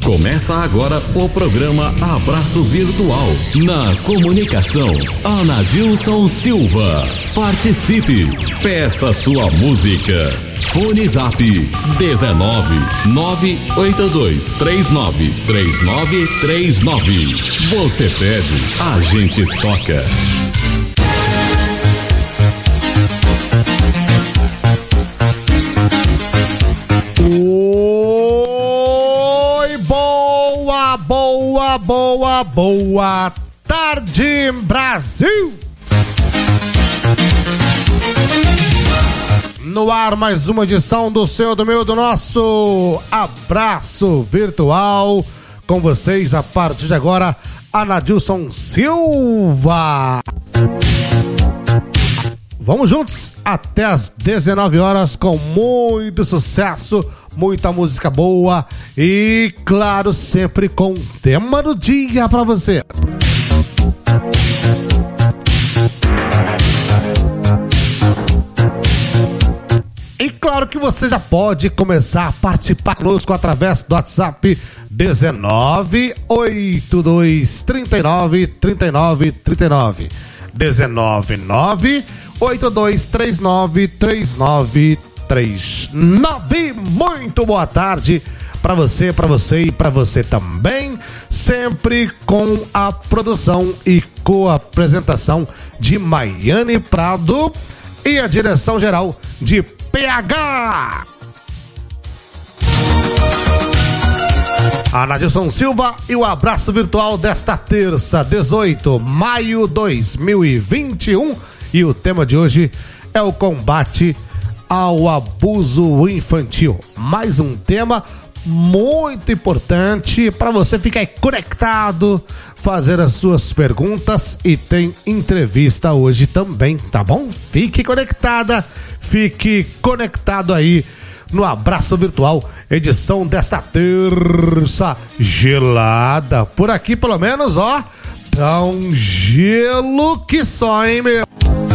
Começa agora o programa Abraço Virtual. Na comunicação, Anadilson Silva. Participe, peça sua música. Fone Zap 19 982 39 3939. Você pede, a gente toca. Boa tarde, Brasil! No ar, mais uma edição do seu, do meu, do nosso Abraço Virtual. Com vocês, a partir de agora, Anadilson Silva. Vamos juntos até as 19 horas com muito sucesso, muita música boa e, claro, sempre com tema do dia pra você. E claro que você já pode começar a participar conosco através do WhatsApp 19 82 39 39 39 19 9 8239 3939. Muito boa tarde para você e para você também, sempre com a produção e co-apresentação de Maiane Prado e a direção geral de PH. Anadilson Silva e o abraço virtual desta terça, 18 de maio de 2021. E o tema de hoje é o combate ao abuso infantil. Mais um tema muito importante para você ficar aí conectado, fazer as suas perguntas, e tem entrevista hoje também, tá bom? Fique conectada, fique conectado aí no Abraço Virtual, edição desta terça gelada. Por aqui, pelo menos, ó, tá um gelo que só, hein, meu?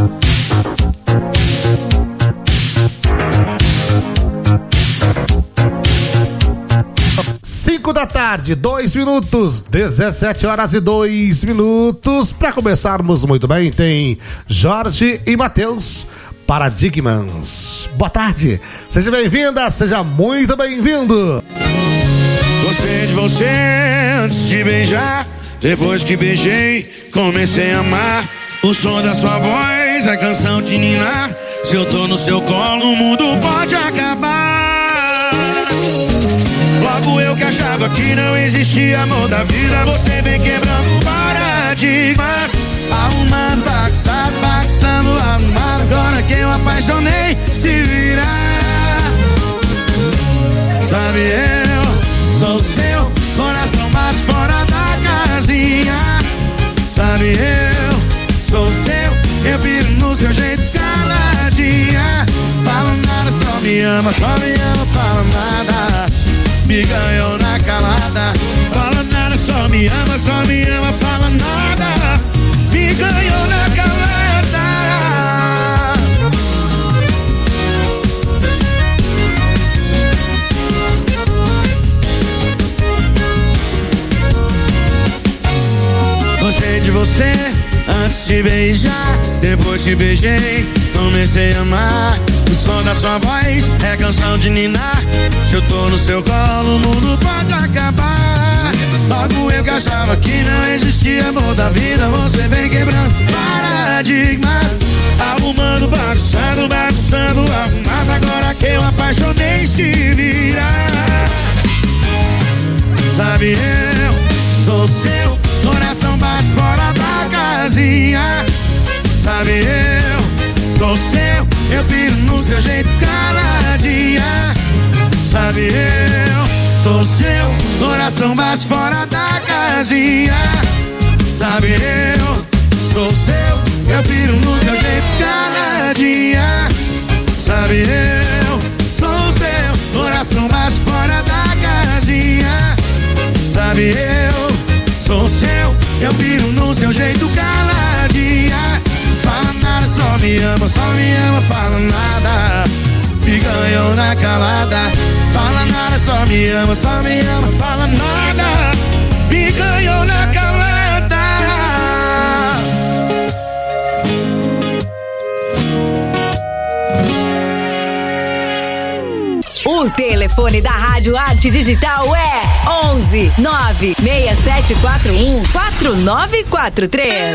5 da tarde, 2 minutos, 17 horas e 2 minutos. Para começarmos muito bem, tem Jorge e Matheus, Paradigmas. Boa tarde, seja bem-vinda, seja muito bem-vindo. Gostei de você antes de beijar, depois que beijei, comecei a amar. O som da sua voz é canção de ninar. Se eu tô no seu colo, o mundo pode acabar. Logo eu que achava que não existia amor da vida, você vem quebrando paradigmas. Arrumando, bagunçado, bagunçando, arrumado. Agora que eu apaixonei, se virar. Sabe, eu sou seu, coração bate fora da casinha. Sabe, eu sou seu, eu piro no seu jeito caladinha. Fala nada, só me ama, fala nada. Me ganhou na calada. Fala nada, só me ama, fala nada. Me ganhou na calada. Gostei de você antes de beijar, depois que beijei, comecei a amar. O som da sua voz é canção de ninar. Se eu tô no seu colo, o mundo pode acabar. Logo eu que achava que não existia amor da vida, você vem quebrando paradigmas. Arrumando, bagunçando, arrumado. Agora que eu apaixonei, se virar. Sabe, eu sou seu, coração bate fora da casinha. Sabe, eu sou seu, eu piro no seu jeito caladinha. Sabe, eu sou seu, coração bate fora da casinha. Sabe, eu sou seu, eu piro no seu jeito caladinha. Sabe, eu sou seu, coração bate fora da casinha. Sabe, eu sou seu, eu piro no seu jeito caladinha. Fala nada, só me ama, fala nada. Me ganhou na calada. Fala nada, só me ama, fala nada, me ganhou na calada. O telefone da Rádio Arte Digital é 11 96741 4943.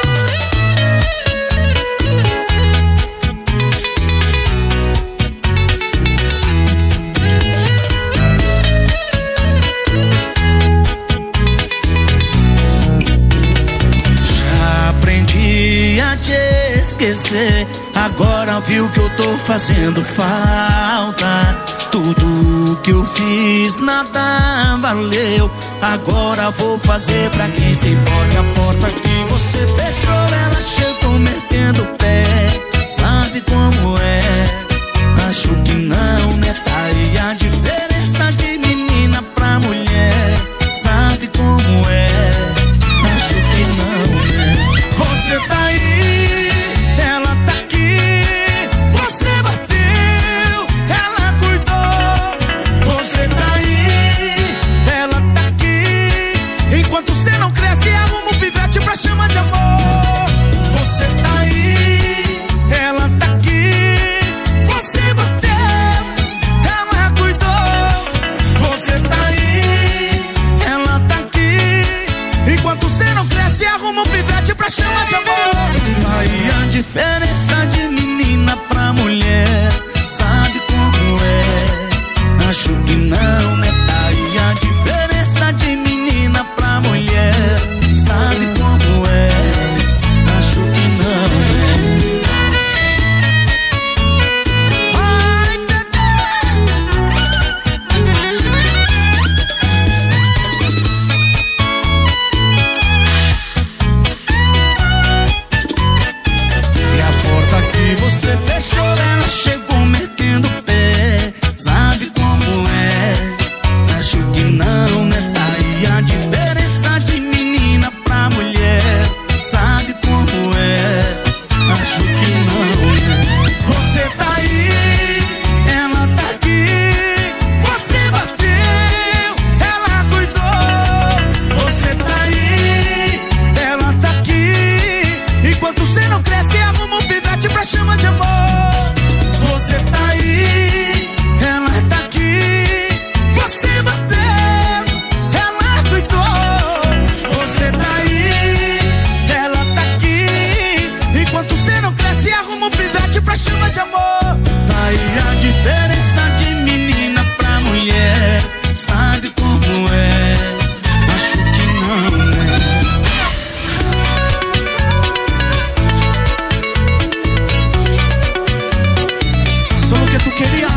Te esquecer, agora viu que eu tô fazendo falta. Tudo que eu fiz nada valeu. Agora vou fazer pra quem se importa. A porta que você fechou, ela chegou metendo o pé. Sabe como é? Acho que não, né? Tá aí a diferença de menina pra mulher. Sabe como é? Acho que não, né? Você tá aí, ela tá aqui. Você bateu, ela cuidou. Você tá aí, ela tá aqui. Enquanto você não cresce, arruma um pivete pra chama de amor. Você tá aí, ela tá aqui. Você bateu, ela cuidou. Você tá aí, ela tá aqui. Enquanto você não cresce, arruma um pivete pra chama de amor. Aí a diferença de menina pra mulher. Sabe como é? Acho que não, né? Aí a diferença de menina pra mulher. Sabe como é? Acho que não, né? Ai, bebê. E a porta que você fechou, ela chegou metendo o pé. Sabe como é? Acho que não, né? Tá aí a diferença de menina pra mulher. Sabe como é? Acho que não, né? Você tá aí, ela tá aqui. Você bateu, ela cuidou. Você tá aí, ela tá aqui. Enquanto você não cresce, arruma um pivete pra chama de amor. Você tá aí, ela tá aqui. Você bateu, ela cuidou. Você tá aí, ela tá aqui. Enquanto você não cresce, arruma um pivete pra chama de amor. Tá aí a diferença de menina pra mulher. Sabe como é? Acho que não, né? Só o que tu queria.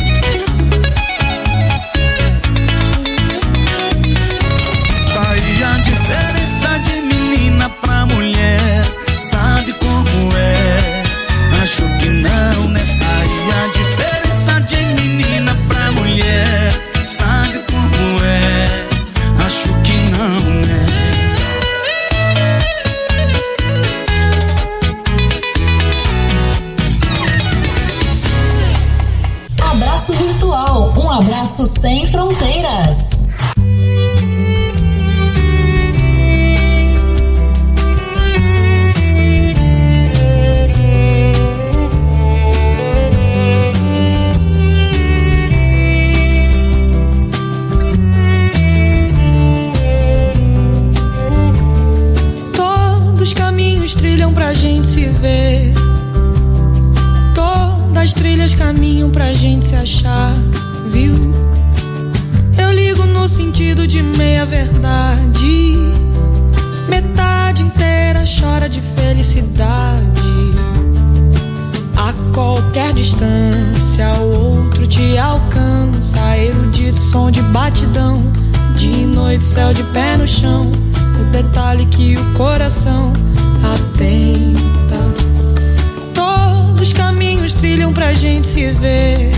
Tá aí a diferença de menina pra mulher. Sabe como é? Acho que não, né? Tá aí a diferença de menina pra mulher. Sabe como é? Acho que não, né? Abraço virtual, um abraço sem fronteiras. Todos os caminhos trilham pra gente se ver. Todas as trilhas caminham pra gente se achar, viu? Eu ligo no sentido de meia verdade. Metade inteira chora de felicidade. A qualquer distância o outro te alcança. Erudito som de batidão. De noite céu de pé no chão. O detalhe que o coração atenta. Todos os caminhos trilham pra gente se ver.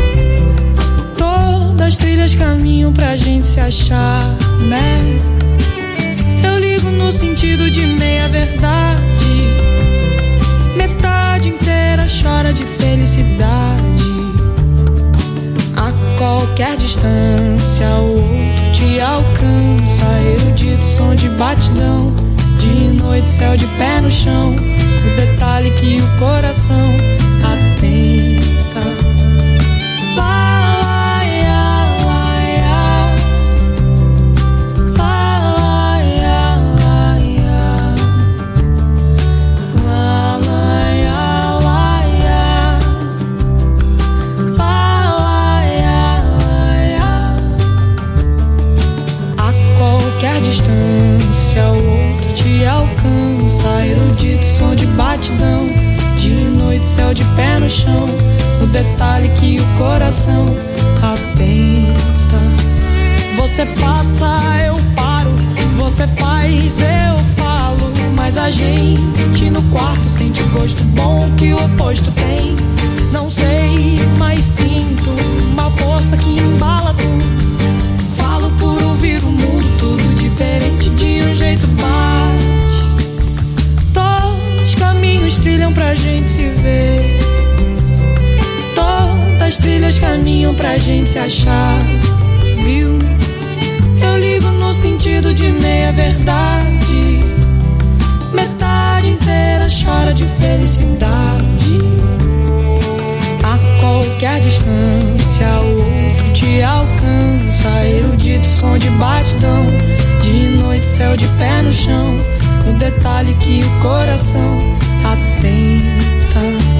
Todas as trilhas caminham pra gente se achar, né? Eu ligo no sentido de meia verdade. Metade inteira chora de felicidade. A qualquer qualquer distância o outro te alcança. Erudito som de batidão, de noite céu de pé no chão. O detalhe que o coração atenta. Erudito som de batidão, de noite céu de pé no chão. O detalhe que o coração atenta. Você passa, eu paro. Você faz, eu falo. Mas a gente no quarto sente o gosto bom que o oposto tem. Não sei, mas sinto uma força que embala tudo. Falo por ouvir o mundo, tudo diferente de um jeito bate. Caminhos trilham pra gente se ver. Todas as trilhas caminham pra gente se achar. Viu? Eu ligo no sentido de meia verdade. Metade inteira chora de felicidade. A qualquer distância o outro te alcança. Erudito som de batidão, de noite céu de pé no chão. O detalhe que o coração atenta.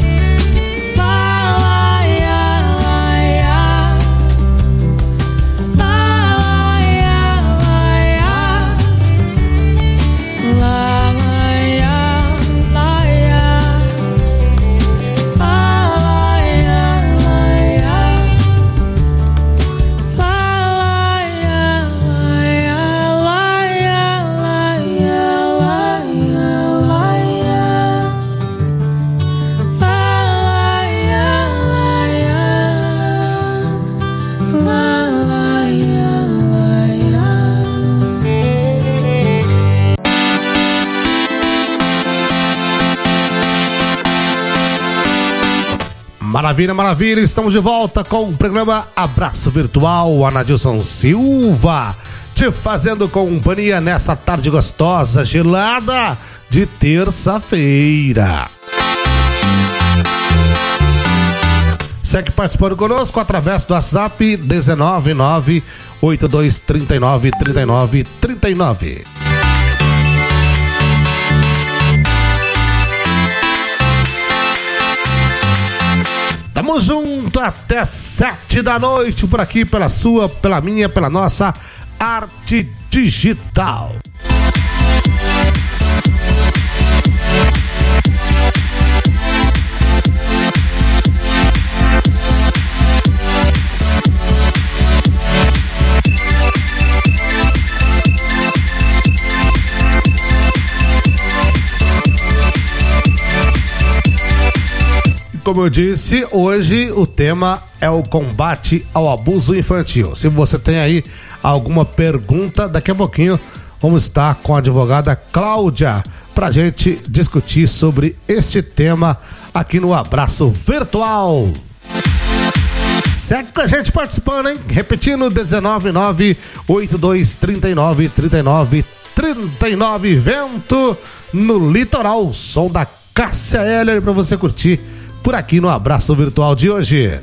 Maravilha, maravilha, estamos de volta com o programa Abraço Virtual. Anadilson Silva te fazendo companhia nessa tarde gostosa, gelada de terça-feira. Segue participando conosco através do WhatsApp 19982393939. Tamo junto até 7 da noite por aqui, pela sua, pela minha, pela nossa Arte Digital. Como eu disse, hoje o tema é o combate ao abuso infantil. Se você tem aí alguma pergunta, daqui a pouquinho vamos estar com a advogada Cláudia pra gente discutir sobre este tema aqui no Abraço Virtual. Segue com a gente participando, hein? Repetindo, 19982393939. Vento no litoral, som da Cássia Eller pra você curtir por aqui no Abraço Virtual de hoje.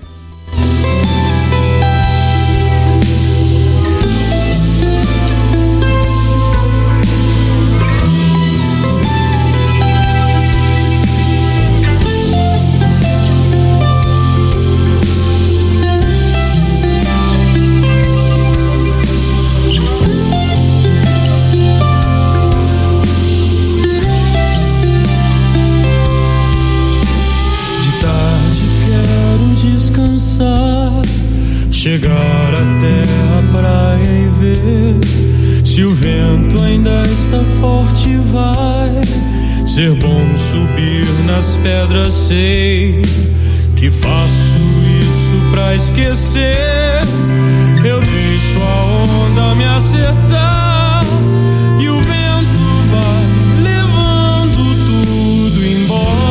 Chegar até a praia e ver se o vento ainda está forte. Vai ser bom subir nas pedras. Sei que faço isso pra esquecer. Eu deixo a onda me acertar e o vento vai levando tudo embora.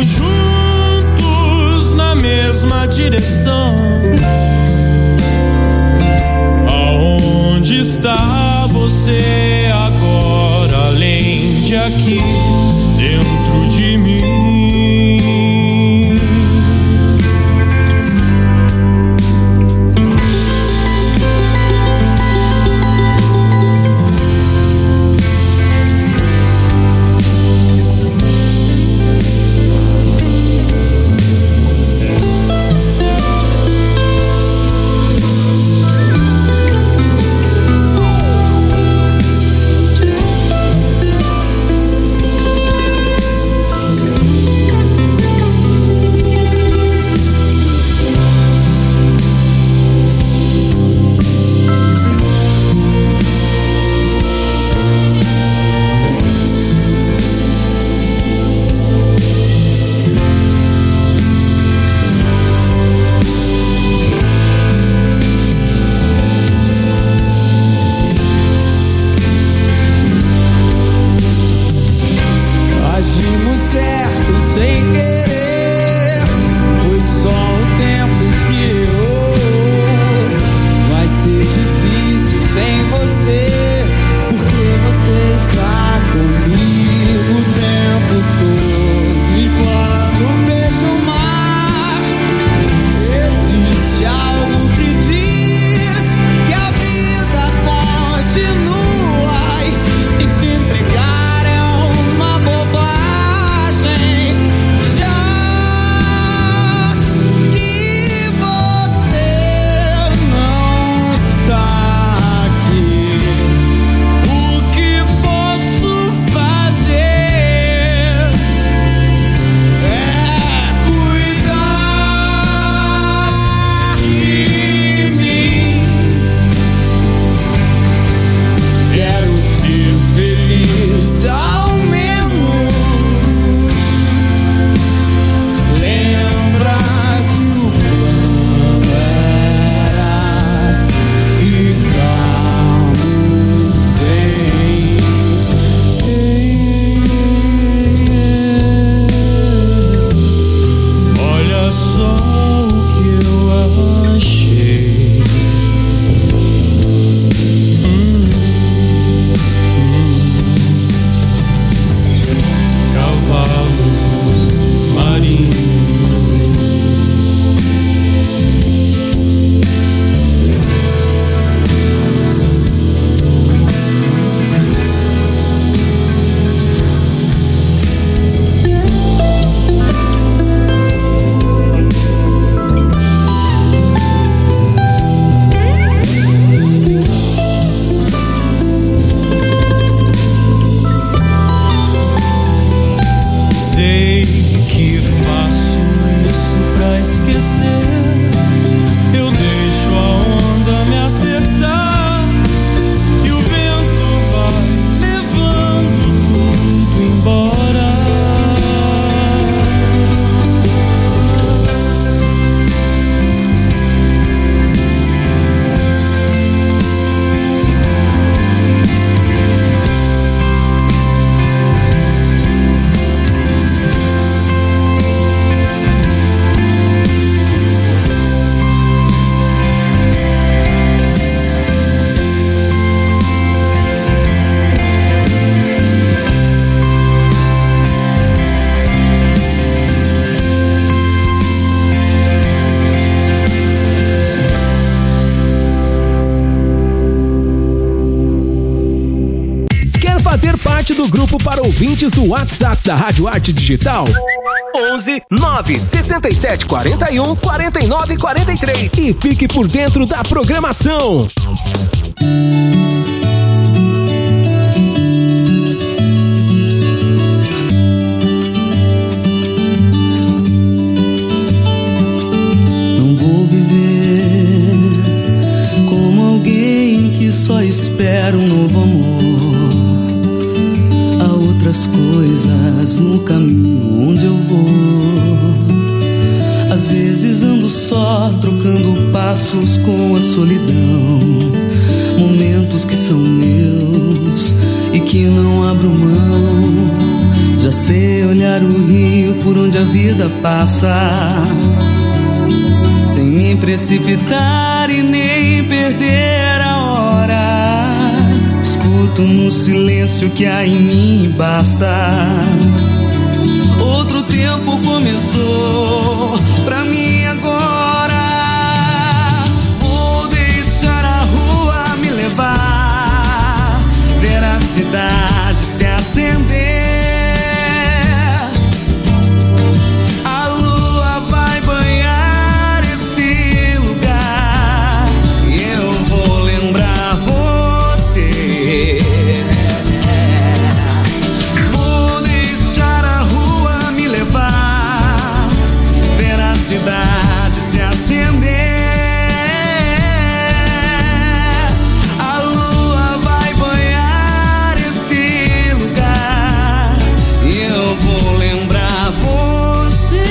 juntos na mesma direção. Aonde está você agora, além de aqui, dentro de mim? Do grupo para ouvintes do WhatsApp da Rádio Arte Digital 11 9 67 41 49 43 e fique por dentro da programação. Não vou viver como alguém que só espera um novo amor. Outras coisas no caminho onde eu vou. Às vezes ando só, trocando passos com a solidão. Momentos que são meus e que não abro mão. Já sei olhar o rio por onde a vida passa, sem me precipitar e nem perder a hora. Escuto no silêncio que há em mim e basta. Outro tempo começou pra mim agora. Vou deixar a rua me levar, ver a cidade se acender. A lua vai banhar esse lugar e eu vou lembrar você. Vou deixar a rua me levar, ver a cidade se acender. A lua vai banhar esse lugar e eu vou lembrar você.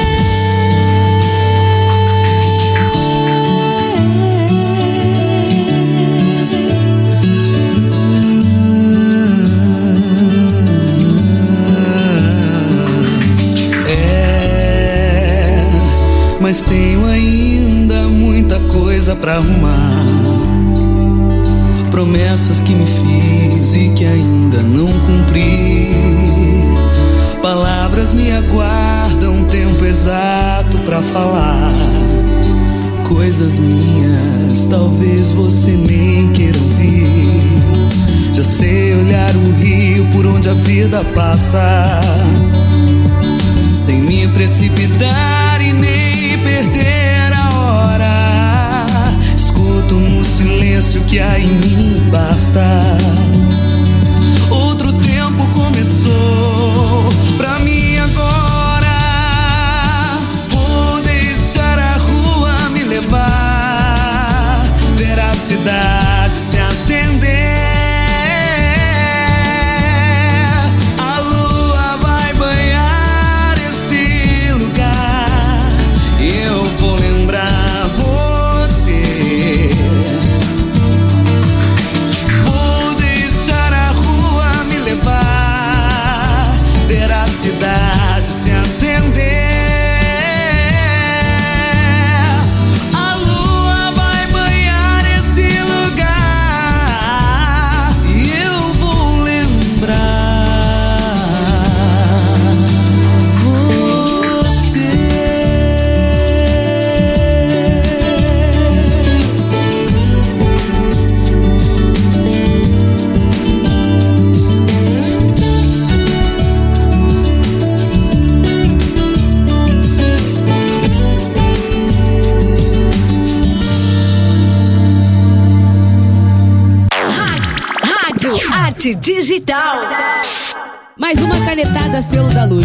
É, mas tenho ainda muita coisa pra arrumar. Promessas que me fiz e que ainda não cumpri. Palavras me aguardam tempo exato pra falar. Coisas minhas, talvez você nem queira ouvir. Já sei olhar o rio por onde a vida passa, sem me precipitar e nem perder a hora. Escuto no silêncio que há em mim basta. Outro tempo começou pra mim agora. Vou deixar a rua me levar, ver a cidade se acender. A lua vai banhar esse lugar e eu vou lembrar você. Vou deixar a rua me levar, ver a cidade se acender. A lua vai banhar esse lugar e eu vou lembrar você. Rádio Arte Digital. Mais uma canetada selo da Lud.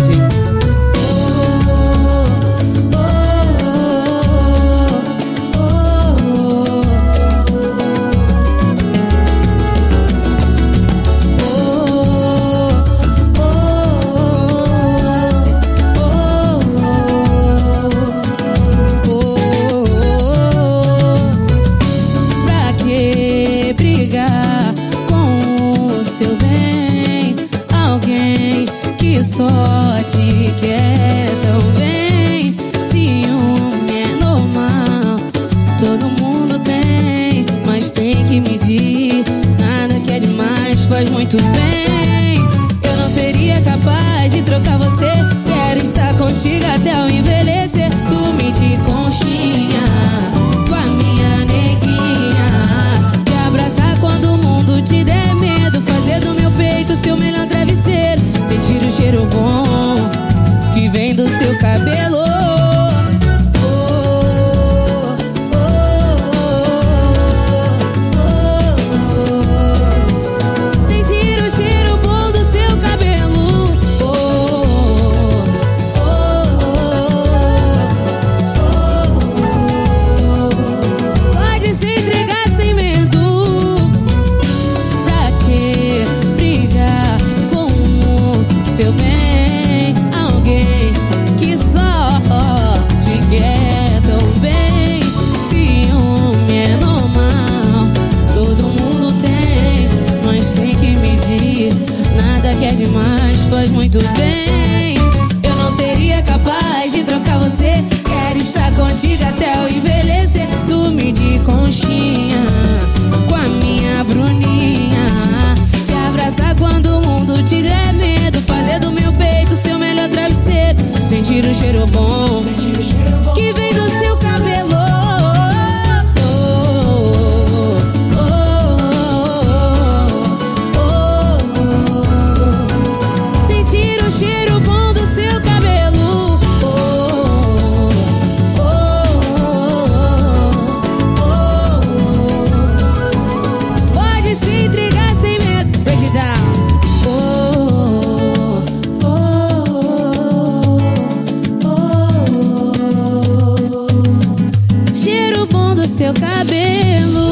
Pra que brigar com o seu bem? Alguém que só te quer tão bem. Ciúme é normal, todo mundo tem, mas tem que medir. Nada que é demais faz muito bem. Eu não seria capaz de trocar você. Quero estar contigo até eu envelhecer. Dormir de conchinha com a minha neguinha, te abraçar quando o mundo te der medo, fazer do meu peito seu melhor travesseiro, sentir o cheiro bom que vem do seu cabelo. Sentir o cheiro bom do seu cabelo. capaz de trocar você. Quero estar contigo até eu envelhecer. Dormir de conchinha com a minha Bruninha. Te abraçar quando o mundo te der medo. Fazer do meu peito seu melhor travesseiro. Sentir o cheiro bom que vem do seu cabelo. Sentir o cheiro bom do seu cabelo. Pode se intrigar sem medo. Break it down. Cheiro bom do seu cabelo.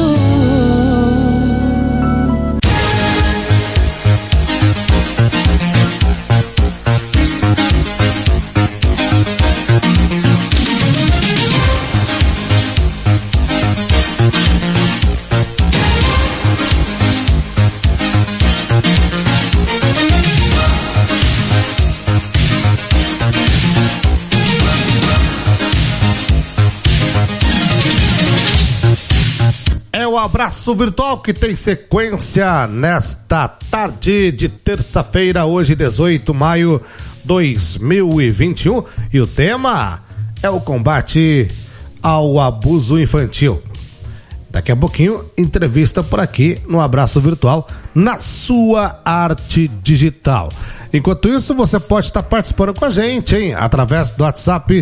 Abraço virtual que tem sequência nesta tarde de terça-feira, hoje 18 de maio de 2021, e o tema é o combate ao abuso infantil. Daqui a pouquinho, entrevista por aqui no Abraço Virtual, na sua arte digital. Enquanto isso, você pode estar participando com a gente, hein? Através do WhatsApp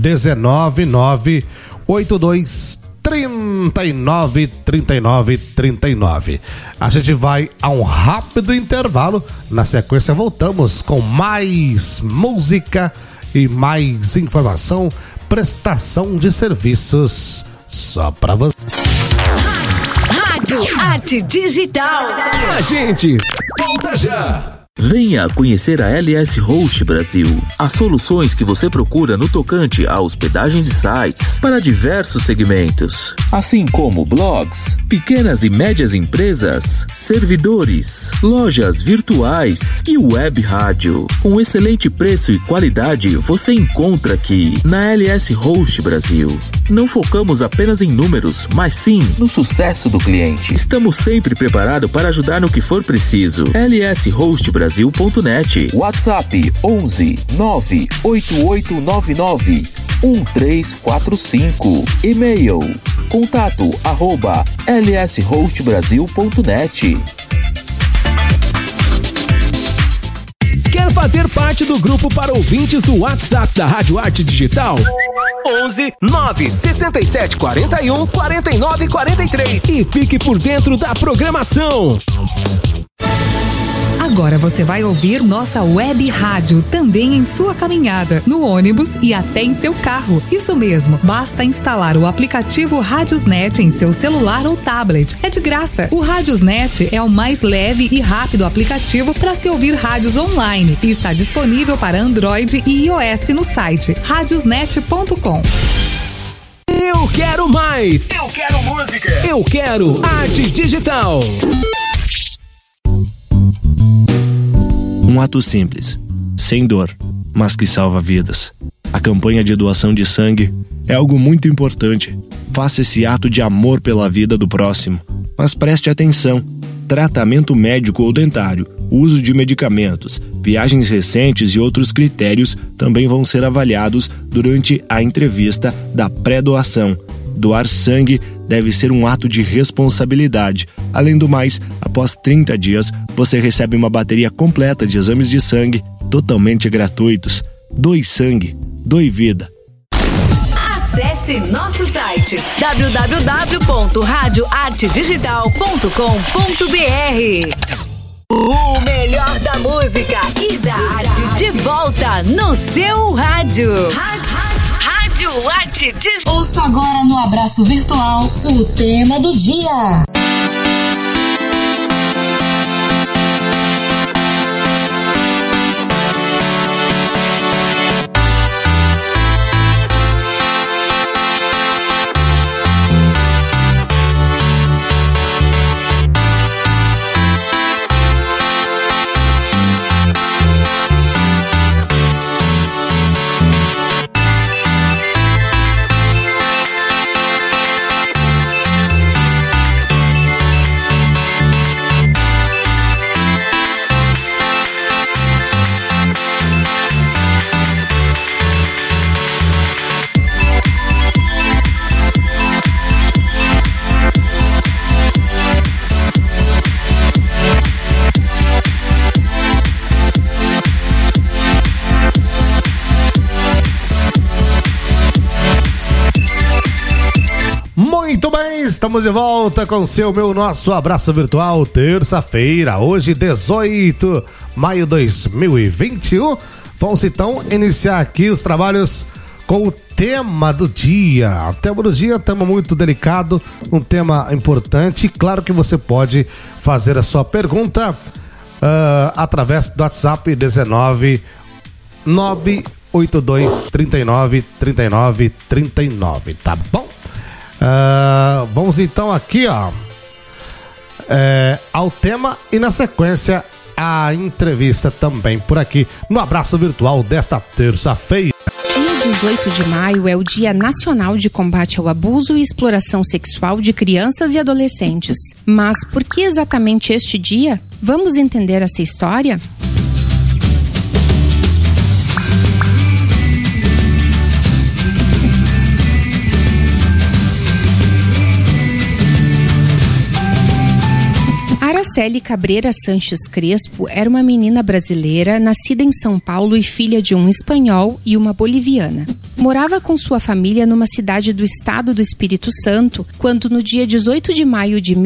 19982393939. A gente vai a um rápido intervalo. Na sequência voltamos com mais música e mais informação, prestação de serviços só pra você. Rádio Arte Digital. A gente volta já. Venha conhecer a LS Host Brasil. As soluções que você procura no tocante à hospedagem de sites para diversos segmentos, assim como blogs, pequenas e médias empresas, servidores, lojas virtuais e web rádio. Um excelente preço e qualidade você encontra aqui na LS Host Brasil. Não focamos apenas em números, mas sim no sucesso do cliente. Estamos sempre preparados para ajudar no que for preciso. lshostbrasil.net. WhatsApp 11 98899 1345. E-mail contato@lshostbrasil.net. Quer fazer parte do grupo para ouvintes do WhatsApp da Rádio Arte Digital? 11 967 41 49 43 e fique por dentro da programação. Agora você vai ouvir nossa web rádio também em sua caminhada, no ônibus e até em seu carro. Isso mesmo, basta instalar o aplicativo Radiosnet em seu celular ou tablet. É de graça. O Radiosnet é o mais leve e rápido aplicativo para se ouvir rádios online e está disponível para Android e iOS no site radiosnet.com. Eu quero mais! Eu quero música! Eu quero arte digital! Um ato simples, sem dor, mas que salva vidas. A campanha de doação de sangue é algo muito importante. Faça esse ato de amor pela vida do próximo. Mas preste atenção: tratamento médico ou dentário, uso de medicamentos, viagens recentes e outros critérios também vão ser avaliados durante a entrevista da pré-doação. Doar sangue deve ser um ato de responsabilidade. Além do mais, após 30 dias, você recebe uma bateria completa de exames de sangue totalmente gratuitos. Doe sangue, doe vida. Acesse nosso site www.radioartedigital.com.br. O melhor da música e da arte de volta no seu rádio. Rádio Arte Digital. Ouça agora no Abraço Virtual o tema do dia. Muito bem, estamos de volta com nosso abraço virtual, terça-feira, hoje 18 de maio de 2021. Vamos então iniciar aqui os trabalhos com o tema do dia. O tema do dia é um tema muito delicado, um tema importante. Claro que você pode fazer a sua pergunta através do WhatsApp 19 982 39 39 39, tá bom? Vamos então aqui, ao tema e na sequência a entrevista também por aqui no abraço virtual desta terça-feira. Dia 18 de maio é o Dia Nacional de Combate ao Abuso e Exploração Sexual de Crianças e Adolescentes. Mas por que exatamente este dia? Vamos entender essa história? Araceli Cabreira Sanches Crespo era uma menina brasileira nascida em São Paulo e filha de um espanhol e uma boliviana. Morava com sua família numa cidade do estado do Espírito Santo, quando no dia 18 de maio de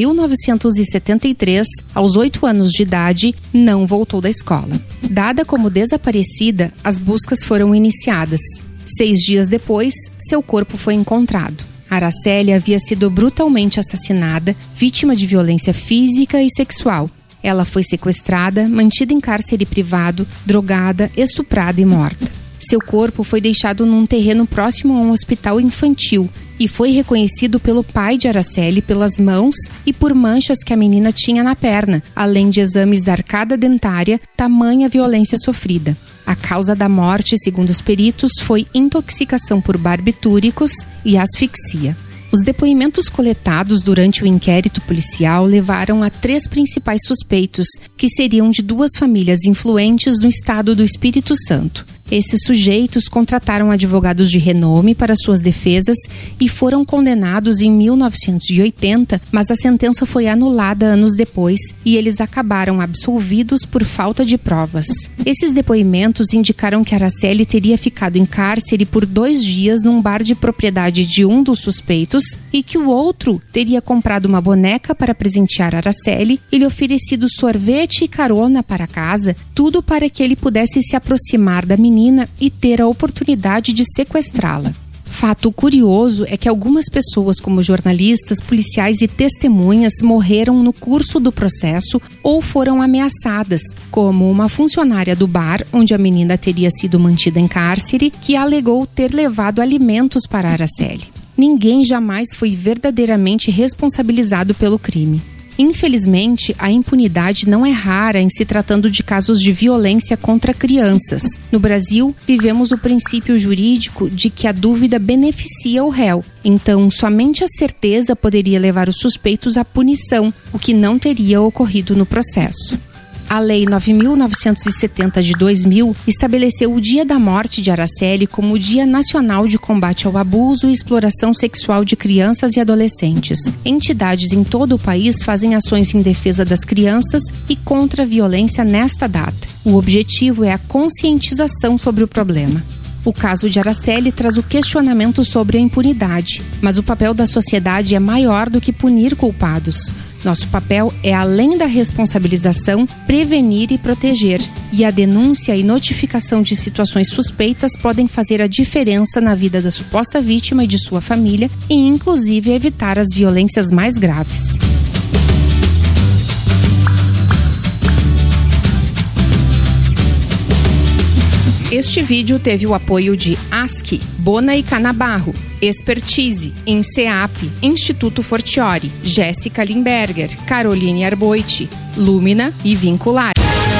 1973, aos 8 anos de idade, não voltou da escola. Dada como desaparecida, as buscas foram iniciadas. 6 dias depois, seu corpo foi encontrado. Araceli havia sido brutalmente assassinada, vítima de violência física e sexual. Ela foi sequestrada, mantida em cárcere privado, drogada, estuprada e morta. Seu corpo foi deixado num terreno próximo a um hospital infantil e foi reconhecido pelo pai de Araceli pelas mãos e por manchas que a menina tinha na perna, além de exames da arcada dentária, tamanha violência sofrida. A causa da morte, segundo os peritos, foi intoxicação por barbitúricos e asfixia. Os depoimentos coletados durante o inquérito policial levaram a 3 principais suspeitos, que seriam de 2 famílias influentes no estado do Espírito Santo. Esses sujeitos contrataram advogados de renome para suas defesas e foram condenados em 1980, mas a sentença foi anulada anos depois e eles acabaram absolvidos por falta de provas. Esses depoimentos indicaram que Araceli teria ficado em cárcere por 2 dias num bar de propriedade de um dos suspeitos e que o outro teria comprado uma boneca para presentear Araceli e lhe oferecido sorvete e carona para casa, tudo para que ele pudesse se aproximar da menina e ter a oportunidade de sequestrá-la. Fato curioso é que algumas pessoas, como jornalistas, policiais e testemunhas, morreram no curso do processo ou foram ameaçadas, como uma funcionária do bar, onde a menina teria sido mantida em cárcere, que alegou ter levado alimentos para Araceli. Ninguém jamais foi verdadeiramente responsabilizado pelo crime. Infelizmente, a impunidade não é rara em se tratando de casos de violência contra crianças. No Brasil, vivemos o princípio jurídico de que a dúvida beneficia o réu. Então, somente a certeza poderia levar os suspeitos à punição, o que não teria ocorrido no processo. A Lei 9.970 de 2000 estabeleceu o Dia da Morte de Araceli como o Dia Nacional de Combate ao Abuso e Exploração Sexual de Crianças e Adolescentes. Entidades em todo o país fazem ações em defesa das crianças e contra a violência nesta data. O objetivo é a conscientização sobre o problema. O caso de Araceli traz o questionamento sobre a impunidade, mas o papel da sociedade é maior do que punir culpados. Nosso papel é, além da responsabilização, prevenir e proteger. E a denúncia e notificação de situações suspeitas podem fazer a diferença na vida da suposta vítima e de sua família e, inclusive, evitar as violências mais graves. Este vídeo teve o apoio de ASC, Bona e Canabarro, Expertise, INSEAP, Instituto Fortiori, Jéssica Limberger, Caroline Arboiti, Lúmina e Vincular.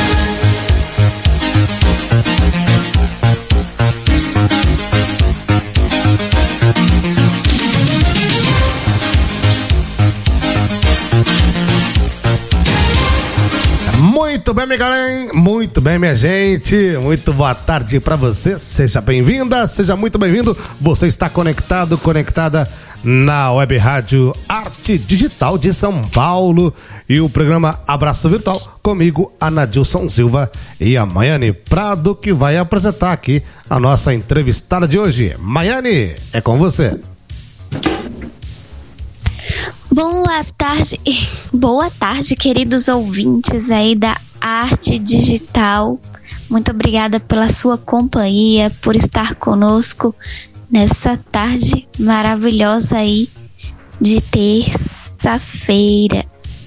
Muito bem, minha galera, muito bem, minha gente, muito boa tarde pra você, seja bem-vinda, seja muito bem-vindo, você está conectado, conectada na Web Rádio Arte Digital de São Paulo e o programa Abraço Virtual comigo, Anadilson Silva e a Maiane Prado, que vai apresentar aqui a nossa entrevistada de hoje. Maiane, é com você. Boa tarde, queridos ouvintes aí da Arte Digital. Muito obrigada pela sua companhia, por estar conosco nessa tarde maravilhosa aí de terça-feira.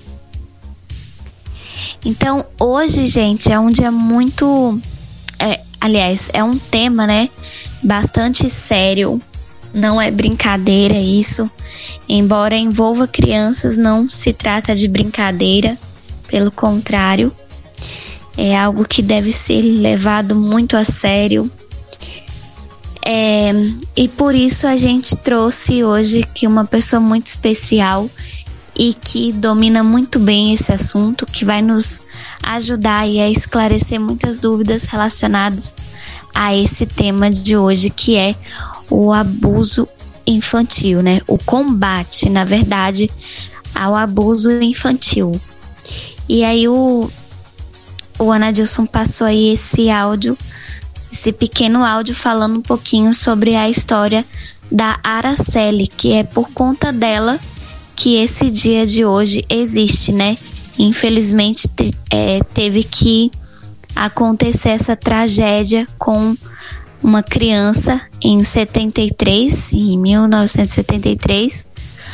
Então, hoje, gente, é um dia muito... é um tema, né? Bastante sério. Não é brincadeira isso. Embora envolva crianças, não se trata de brincadeira. Pelo contrário, é algo que deve ser levado muito a sério. E por isso a gente trouxe hoje aqui uma pessoa muito especial e que domina muito bem esse assunto, que vai nos ajudar aí a esclarecer muitas dúvidas relacionadas a esse tema de hoje, que é o abuso infantil, né? O combate, na verdade, ao abuso infantil. E aí o Anadilson passou aí esse pequeno áudio falando um pouquinho sobre a história da Araceli, que é por conta dela que esse dia de hoje existe, né? Infelizmente teve que acontecer essa tragédia com uma criança em 1973,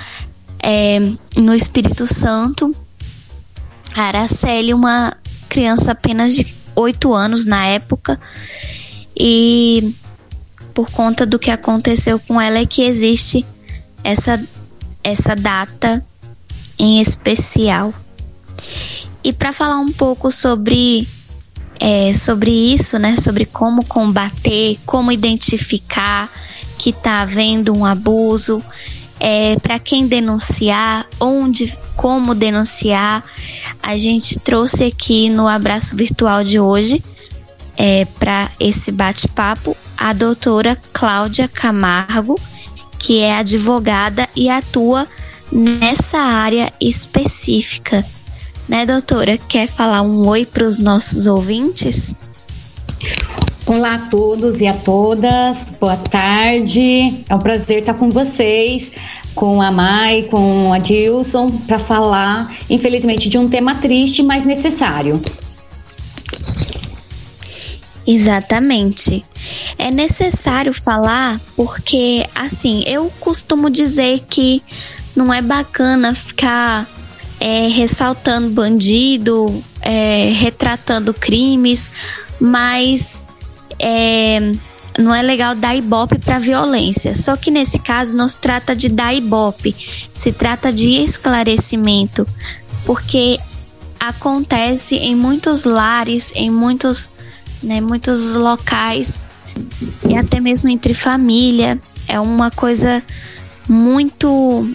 no Espírito Santo. A Araceli, uma criança apenas de 8 anos na época, e por conta do que aconteceu com ela é que existe essa data em especial. E para falar um pouco sobre isso, né, sobre como combater, como identificar que está havendo um abuso, para quem denunciar, como denunciar, a gente trouxe aqui no Abraço Virtual de hoje, para esse bate-papo, a doutora Cláudia Camargo, que é advogada e atua nessa área específica. Né, doutora? Quer falar um oi para os nossos ouvintes? Olá a todos e a todas, boa tarde. É um prazer estar com vocês, com a Mai, com a Dilson, para falar, infelizmente, de um tema triste, mas necessário. Exatamente. É necessário falar porque, assim, eu costumo dizer que não é bacana ficar ressaltando bandido, retratando crimes, mas não é legal dar ibope para violência. Só que nesse caso não se trata de dar ibope, se trata de esclarecimento, porque acontece em muitos lares, em muitos locais, e até mesmo entre família. É uma coisa muito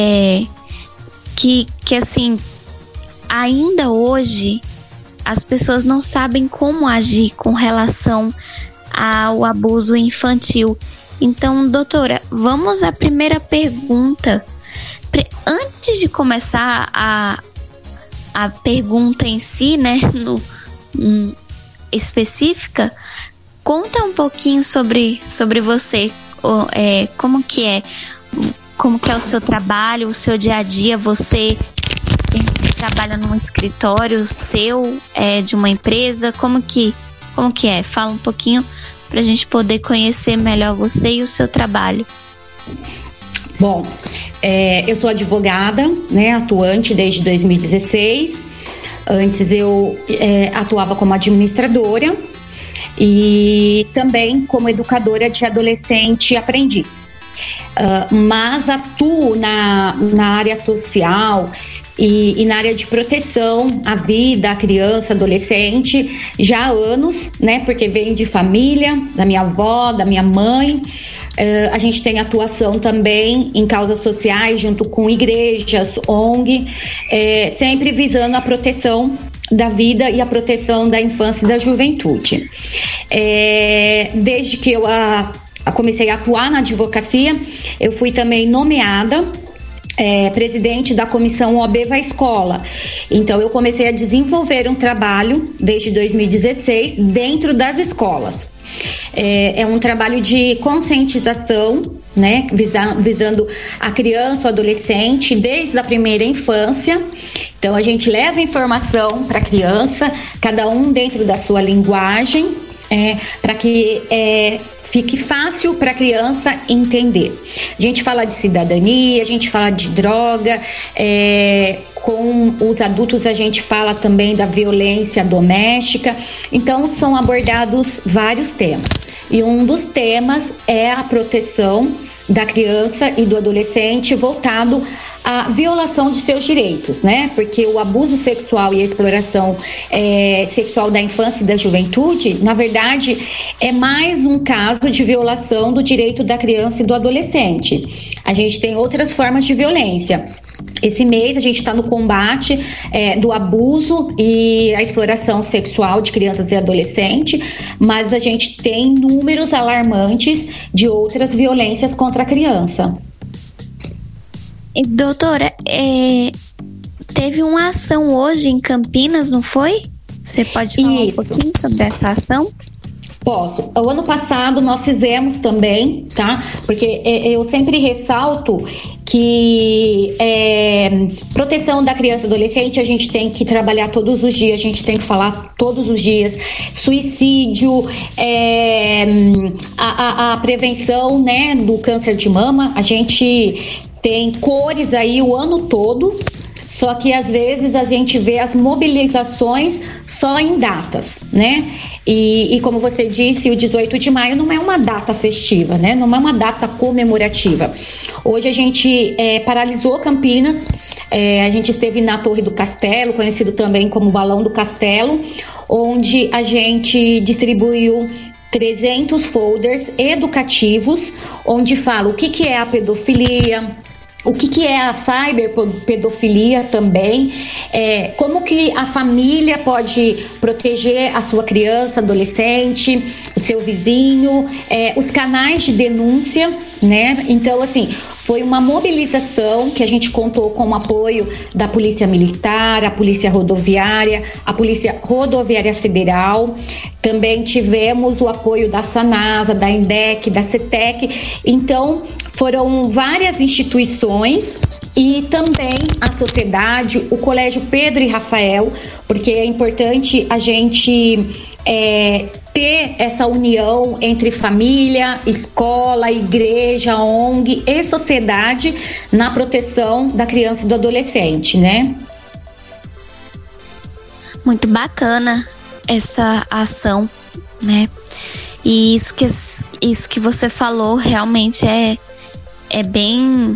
que assim, ainda hoje as pessoas não sabem como agir com relação ao abuso infantil. Então, doutora, vamos à primeira pergunta. Antes de começar a pergunta em si, né, específica, conta um pouquinho sobre você, como que é o seu trabalho, o seu dia a dia. Você trabalha num escritório seu, de uma empresa, como que é? Fala um pouquinho pra gente poder conhecer melhor você e o seu trabalho. Bom, eu sou advogada, né, atuante desde 2016. Antes eu atuava como administradora e também como educadora de adolescente aprendiz. Mas atuo na área social e na área de proteção à vida, à criança, adolescente, já há anos, né? Porque vem de família, da minha avó, da minha mãe. A gente tem atuação também em causas sociais, junto com igrejas, ONG, sempre visando a proteção da vida e a proteção da infância e da juventude. Desde que eu comecei a atuar na advocacia, eu fui também nomeada presidente da comissão OAB Vai Escola. Então eu comecei a desenvolver um trabalho desde 2016 dentro das escolas. É um trabalho de conscientização, né, visando a criança, o adolescente, desde a primeira infância. Então a gente leva informação para a criança, cada um dentro da sua linguagem, para que fique fácil para a criança entender. A gente fala de cidadania, a gente fala de droga, com os adultos a gente fala também da violência doméstica. Então são abordados vários temas. E um dos temas é a proteção da criança e do adolescente voltado à violação de seus direitos, né? Porque o abuso sexual e a exploração sexual da infância e da juventude, na verdade, é mais um caso de violação do direito da criança e do adolescente. A gente tem outras formas de violência. Esse mês a gente está no combate do abuso e a exploração sexual de crianças e adolescentes, mas a gente tem números alarmantes de outras violências contra a criança. Doutora, teve uma ação hoje em Campinas, não foi? Você pode falar um pouquinho sobre essa ação? Posso. O ano passado nós fizemos também, tá? Porque eu sempre ressalto que proteção da criança e adolescente a gente tem que trabalhar todos os dias, a gente tem que falar todos os dias. Suicídio, a prevenção, né, do câncer de mama, a gente tem cores aí o ano todo, só que às vezes a gente vê as mobilizações só em datas, né? E como você disse, o 18 de maio não é uma data festiva, né? Não é uma data comemorativa. Hoje a gente paralisou Campinas, a gente esteve na Torre do Castelo, conhecido também como Balão do Castelo, onde a gente distribuiu 300 folders educativos, onde fala o que é a pedofilia, o que é a cyberpedofilia também, como que a família pode proteger a sua criança, adolescente, o seu vizinho, os canais de denúncia, né? Então, assim, foi uma mobilização que a gente contou com o apoio da Polícia Militar, a Polícia Rodoviária, a Polícia Rodoviária Federal. Também tivemos o apoio da SANASA, da INDEC, da CETEC. Então, foram várias instituições e também a sociedade, o Colégio Pedro e Rafael, porque é importante a gente ter essa união entre família, escola, igreja, ONG e sociedade na proteção da criança e do adolescente, né? Muito bacana essa ação, né? E isso que você falou realmente é bem...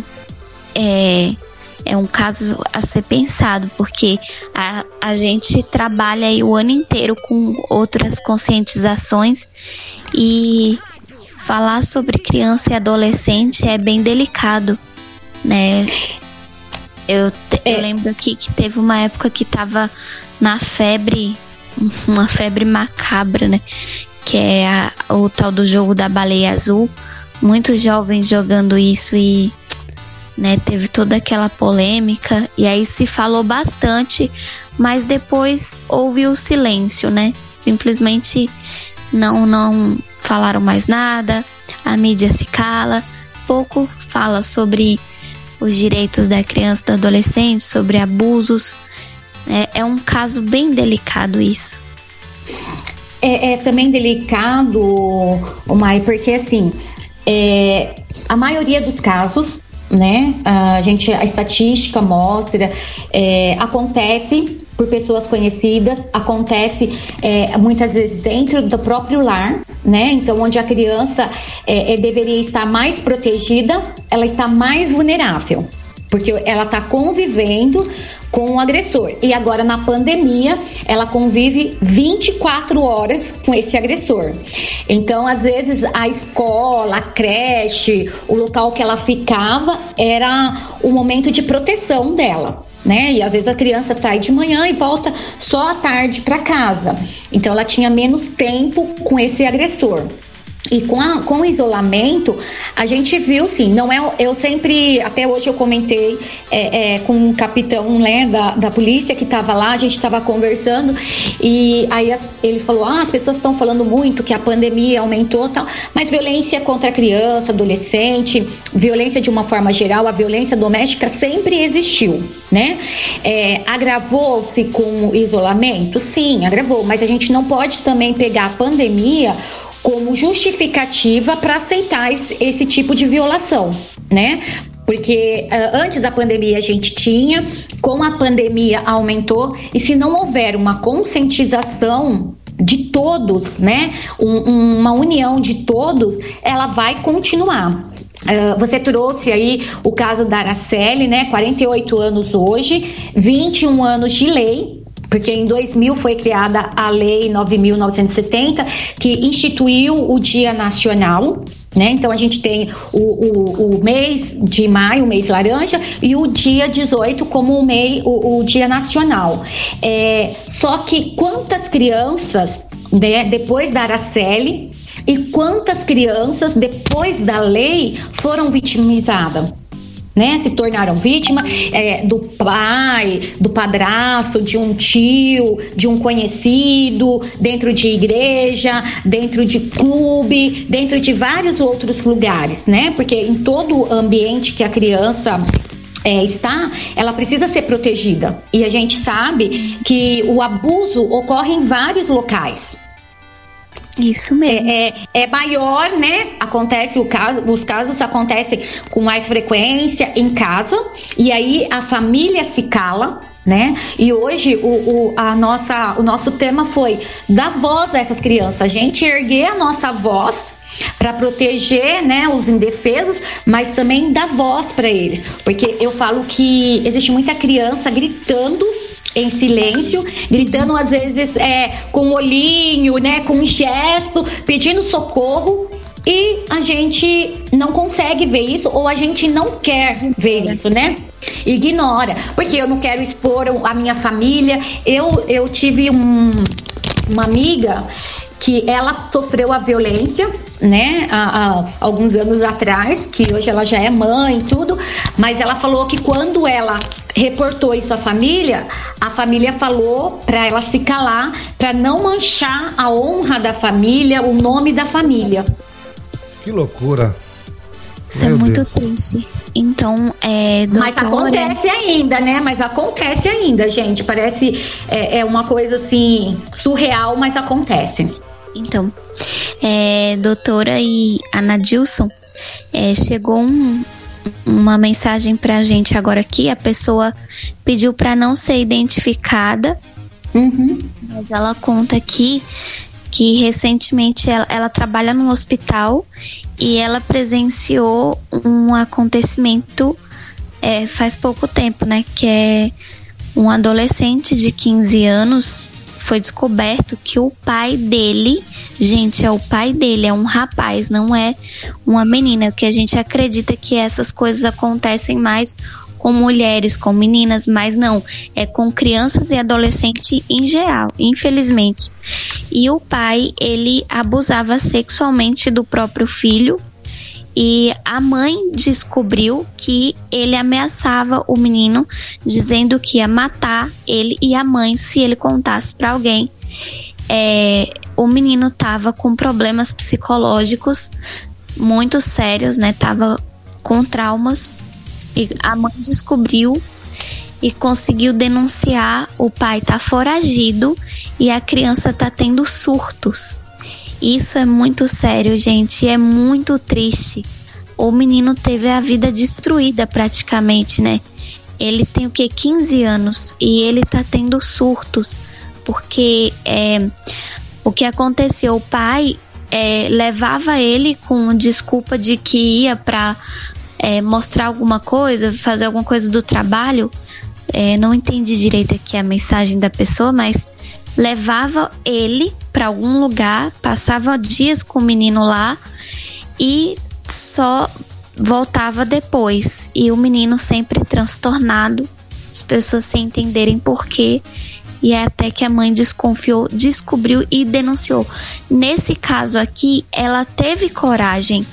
É um caso a ser pensado, porque a gente trabalha aí o ano inteiro com outras conscientizações e falar sobre criança e adolescente é bem delicado, né? Eu lembro aqui que teve uma época que tava na febre, uma febre macabra, né? Que é o tal do jogo da baleia azul. Muitos jovens jogando isso e... né, teve toda aquela polêmica e aí se falou bastante, mas depois houve o silêncio, né? Simplesmente não falaram mais nada, a mídia se cala, pouco fala sobre os direitos da criança e do adolescente, sobre abusos. É um caso bem delicado isso. É também delicado, Mai, porque assim, a maioria dos casos, né, a estatística mostra, acontece por pessoas conhecidas, acontece muitas vezes dentro do próprio lar, né? Então, onde a criança deveria estar mais protegida, ela está mais vulnerável, porque ela está convivendo com o agressor. E agora, na pandemia, ela convive 24 horas com esse agressor. Então, às vezes, a escola, a creche, o local que ela ficava era o momento de proteção dela, né? E às vezes a criança sai de manhã e volta só à tarde para casa. Então, ela tinha menos tempo com esse agressor. E com o isolamento, a gente viu, sim, não é, eu sempre, até hoje eu comentei com o capitão, né, da polícia que estava lá, a gente estava conversando, e aí ele falou, as pessoas estão falando muito que a pandemia aumentou e tal, mas violência contra criança, adolescente, violência de uma forma geral, a violência doméstica sempre existiu, né? Agravou-se com o isolamento? Sim, agravou, mas a gente não pode também pegar a pandemia como justificativa para aceitar esse tipo de violação, né? Porque antes da pandemia a gente tinha, com a pandemia aumentou, e se não houver uma conscientização de todos, né? Uma união de todos, ela vai continuar. Você trouxe aí o caso da Araceli, né? 48 anos hoje, 21 anos de lei, porque em 2000 foi criada a Lei 9.970, que instituiu o Dia Nacional, né? Então a gente tem o mês de maio, o mês laranja, e o dia 18 como o Dia Nacional. Só que quantas crianças, né, depois da Araceli, e quantas crianças depois da lei foram vitimizadas? Né, se tornaram vítimas do pai, do padrasto, de um tio, de um conhecido, dentro de igreja, dentro de clube, dentro de vários outros lugares, né? Porque em todo ambiente que a criança está, ela precisa ser protegida. E a gente sabe que o abuso ocorre em vários locais. Isso mesmo. É maior, né? Os casos acontecem com mais frequência em casa, e aí a família se cala, né? E hoje o nosso tema foi dar voz a essas crianças, a gente erguer a nossa voz para proteger, né, os indefesos, mas também dar voz para eles, porque eu falo que existe muita criança gritando em silêncio, gritando às vezes com um olhinho, né, com um gesto, pedindo socorro, e a gente não consegue ver isso, ou a gente não quer ver isso, né? Ignora, porque eu não quero expor a minha família. Eu tive uma amiga que ela sofreu a violência, né, há alguns anos atrás, que hoje ela já é mãe e tudo, mas ela falou que quando ela reportou isso à família, a família falou para ela se calar, para não manchar a honra da família, o nome da família. Que loucura. Isso é muito triste. Então, doutora... Mas acontece ainda, né? Mas acontece ainda, gente. Parece uma coisa assim surreal, mas acontece. Então, doutora e Anadilson, chegou uma mensagem pra gente agora aqui. A pessoa pediu pra não ser identificada, mas ela conta aqui que recentemente ela trabalha num hospital e ela presenciou um acontecimento faz pouco tempo, né? Que é um adolescente de 15 anos, foi descoberto que o pai dele, gente, é o pai dele, é um rapaz, não é uma menina, porque a gente acredita que essas coisas acontecem mais com mulheres, com meninas, mas não, é com crianças e adolescentes em geral, infelizmente. E o pai, ele abusava sexualmente do próprio filho, e a mãe descobriu que ele ameaçava o menino, dizendo que ia matar ele e a mãe se ele contasse para alguém. O menino tava com problemas psicológicos muito sérios, né? Tava com traumas. E a mãe descobriu e conseguiu denunciar. O pai tá foragido e a criança tá tendo surtos. Isso é muito sério, gente, é muito triste. O menino teve a vida destruída praticamente, né? Ele tem o quê? 15 anos e ele tá tendo surtos, porque o que aconteceu, o pai levava ele com desculpa de que ia pra mostrar alguma coisa, fazer alguma coisa do trabalho. Não entendi direito aqui a mensagem da pessoa, mas levava ele para algum lugar, passava dias com o menino lá e só voltava depois. E o menino sempre transtornado, as pessoas sem entenderem por quê. e é até que a mãe desconfiou, descobriu e denunciou. Nesse caso aqui, ela teve coragem,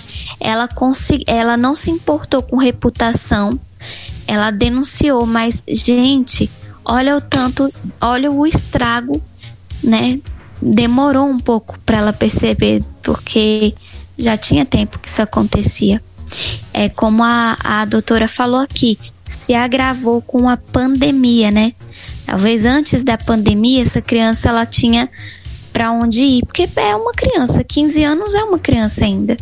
ela não se importou com reputação, ela denunciou, mas, gente, olha o estrago, né? Demorou um pouco para ela perceber, porque já tinha tempo que isso acontecia. É como a doutora falou aqui, se agravou com a pandemia, né? Talvez antes da pandemia essa criança ela tinha para onde ir, porque é uma criança, 15 anos é uma criança ainda.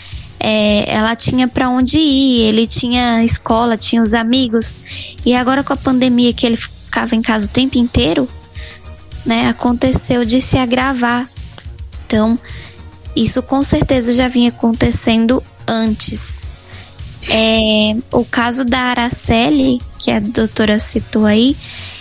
Ela tinha para onde ir, ele tinha escola, tinha os amigos, e agora com a pandemia que ele ficava em casa o tempo inteiro, né, aconteceu de se agravar. Então, isso com certeza já vinha acontecendo antes. O caso da Araceli, que a doutora citou aí,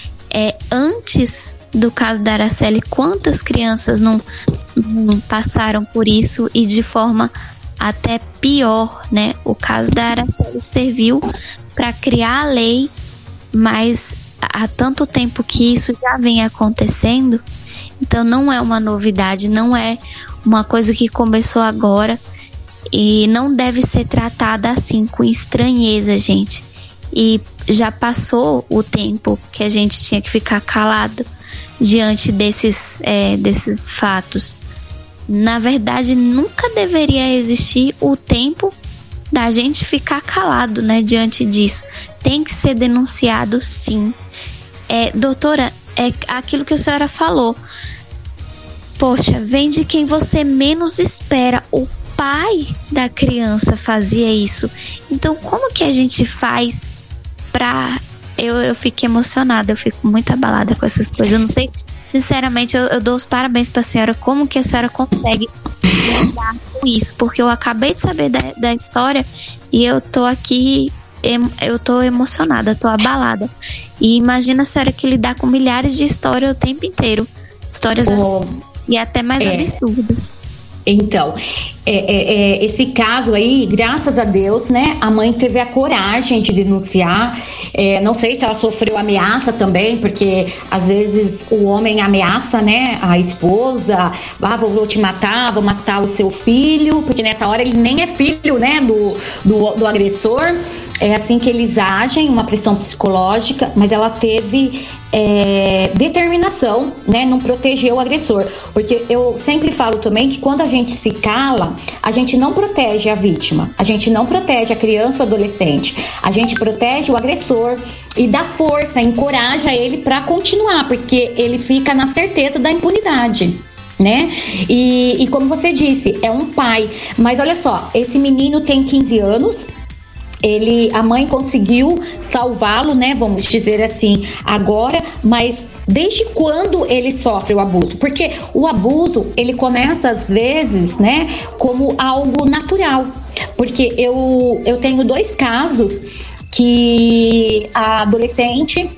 antes do caso da Araceli, quantas crianças não passaram por isso e de forma até pior, né? O caso da Araceli serviu para criar a lei, mas há tanto tempo que isso já vem acontecendo, então não é uma novidade, não é uma coisa que começou agora e não deve ser tratada assim, com estranheza, gente. E já passou o tempo que a gente tinha que ficar calado diante desses fatos. Na verdade, nunca deveria existir o tempo da gente ficar calado, né, diante disso. Tem que ser denunciado, sim. Doutora, é aquilo que a senhora falou. Poxa, vem de quem você menos espera. O pai da criança fazia isso. Então, como que a gente faz pra... Eu fico emocionada, eu fico muito abalada com essas coisas. Eu não sei, sinceramente, eu dou os parabéns pra senhora. Como que a senhora consegue lidar com isso? Porque eu acabei de saber da história e eu tô aqui, eu tô emocionada, tô abalada. E imagina a senhora que lidar com milhares de histórias o tempo inteiro. Histórias assim, e até mais absurdas. Então, esse caso aí, graças a Deus, né, a mãe teve a coragem de denunciar. Não sei se ela sofreu ameaça também, porque às vezes o homem ameaça, né, a esposa, vou te matar, vou matar o seu filho, porque nessa hora ele nem é filho, né, do agressor. É assim que eles agem, uma pressão psicológica, mas ela teve determinação, né, não proteger o agressor, porque eu sempre falo também que quando a gente se cala, a gente não protege a vítima, a gente não protege a criança ou adolescente, a gente protege o agressor e dá força, encoraja ele para continuar, porque ele fica na certeza da impunidade, né? E como você disse, é um pai, mas olha só, esse menino tem 15 anos, a mãe conseguiu salvá-lo, né? Vamos dizer assim, agora, mas desde quando ele sofre o abuso? Porque o abuso, ele começa às vezes, né, como algo natural. Porque eu tenho 2 casos que a adolescente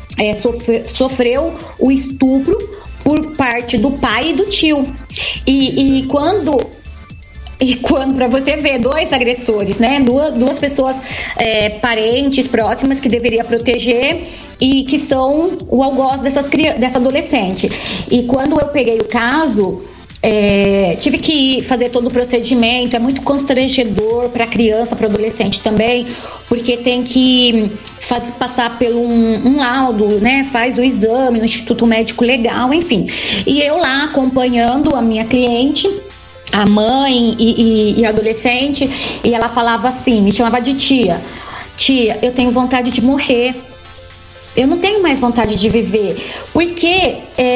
sofreu o estupro por parte do pai e do tio. E quando para você ver 2 agressores, né? Duas pessoas parentes, próximas, que deveria proteger e que são o algoz dessa adolescente. E quando eu peguei o caso, tive que fazer todo o procedimento. É muito constrangedor para criança, para adolescente também, porque tem que passar por um laudo, né? Faz o exame no Instituto Médico Legal, enfim. E eu lá acompanhando a minha cliente, a mãe e a adolescente, e ela falava assim, me chamava de tia, eu tenho vontade de morrer, eu não tenho mais vontade de viver, porque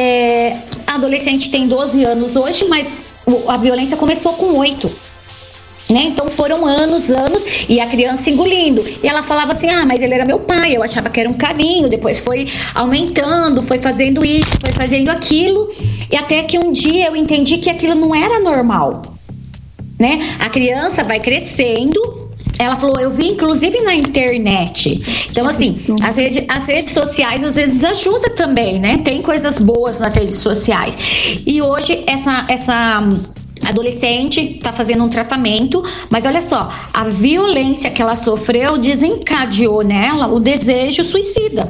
a adolescente tem 12 anos hoje, mas a violência começou com 8, né? Então foram anos, e a criança engolindo, e ela falava assim, mas ele era meu pai, eu achava que era um carinho, depois foi aumentando, foi fazendo isso, foi fazendo aquilo, e até que um dia eu entendi que aquilo não era normal, né? A criança vai crescendo. Ela falou, eu vi inclusive na internet. Então, assim, as redes sociais às vezes ajudam também, né? Tem coisas boas nas redes sociais. E hoje essa adolescente está fazendo um tratamento, mas olha só, a violência que ela sofreu desencadeou nela o desejo suicida.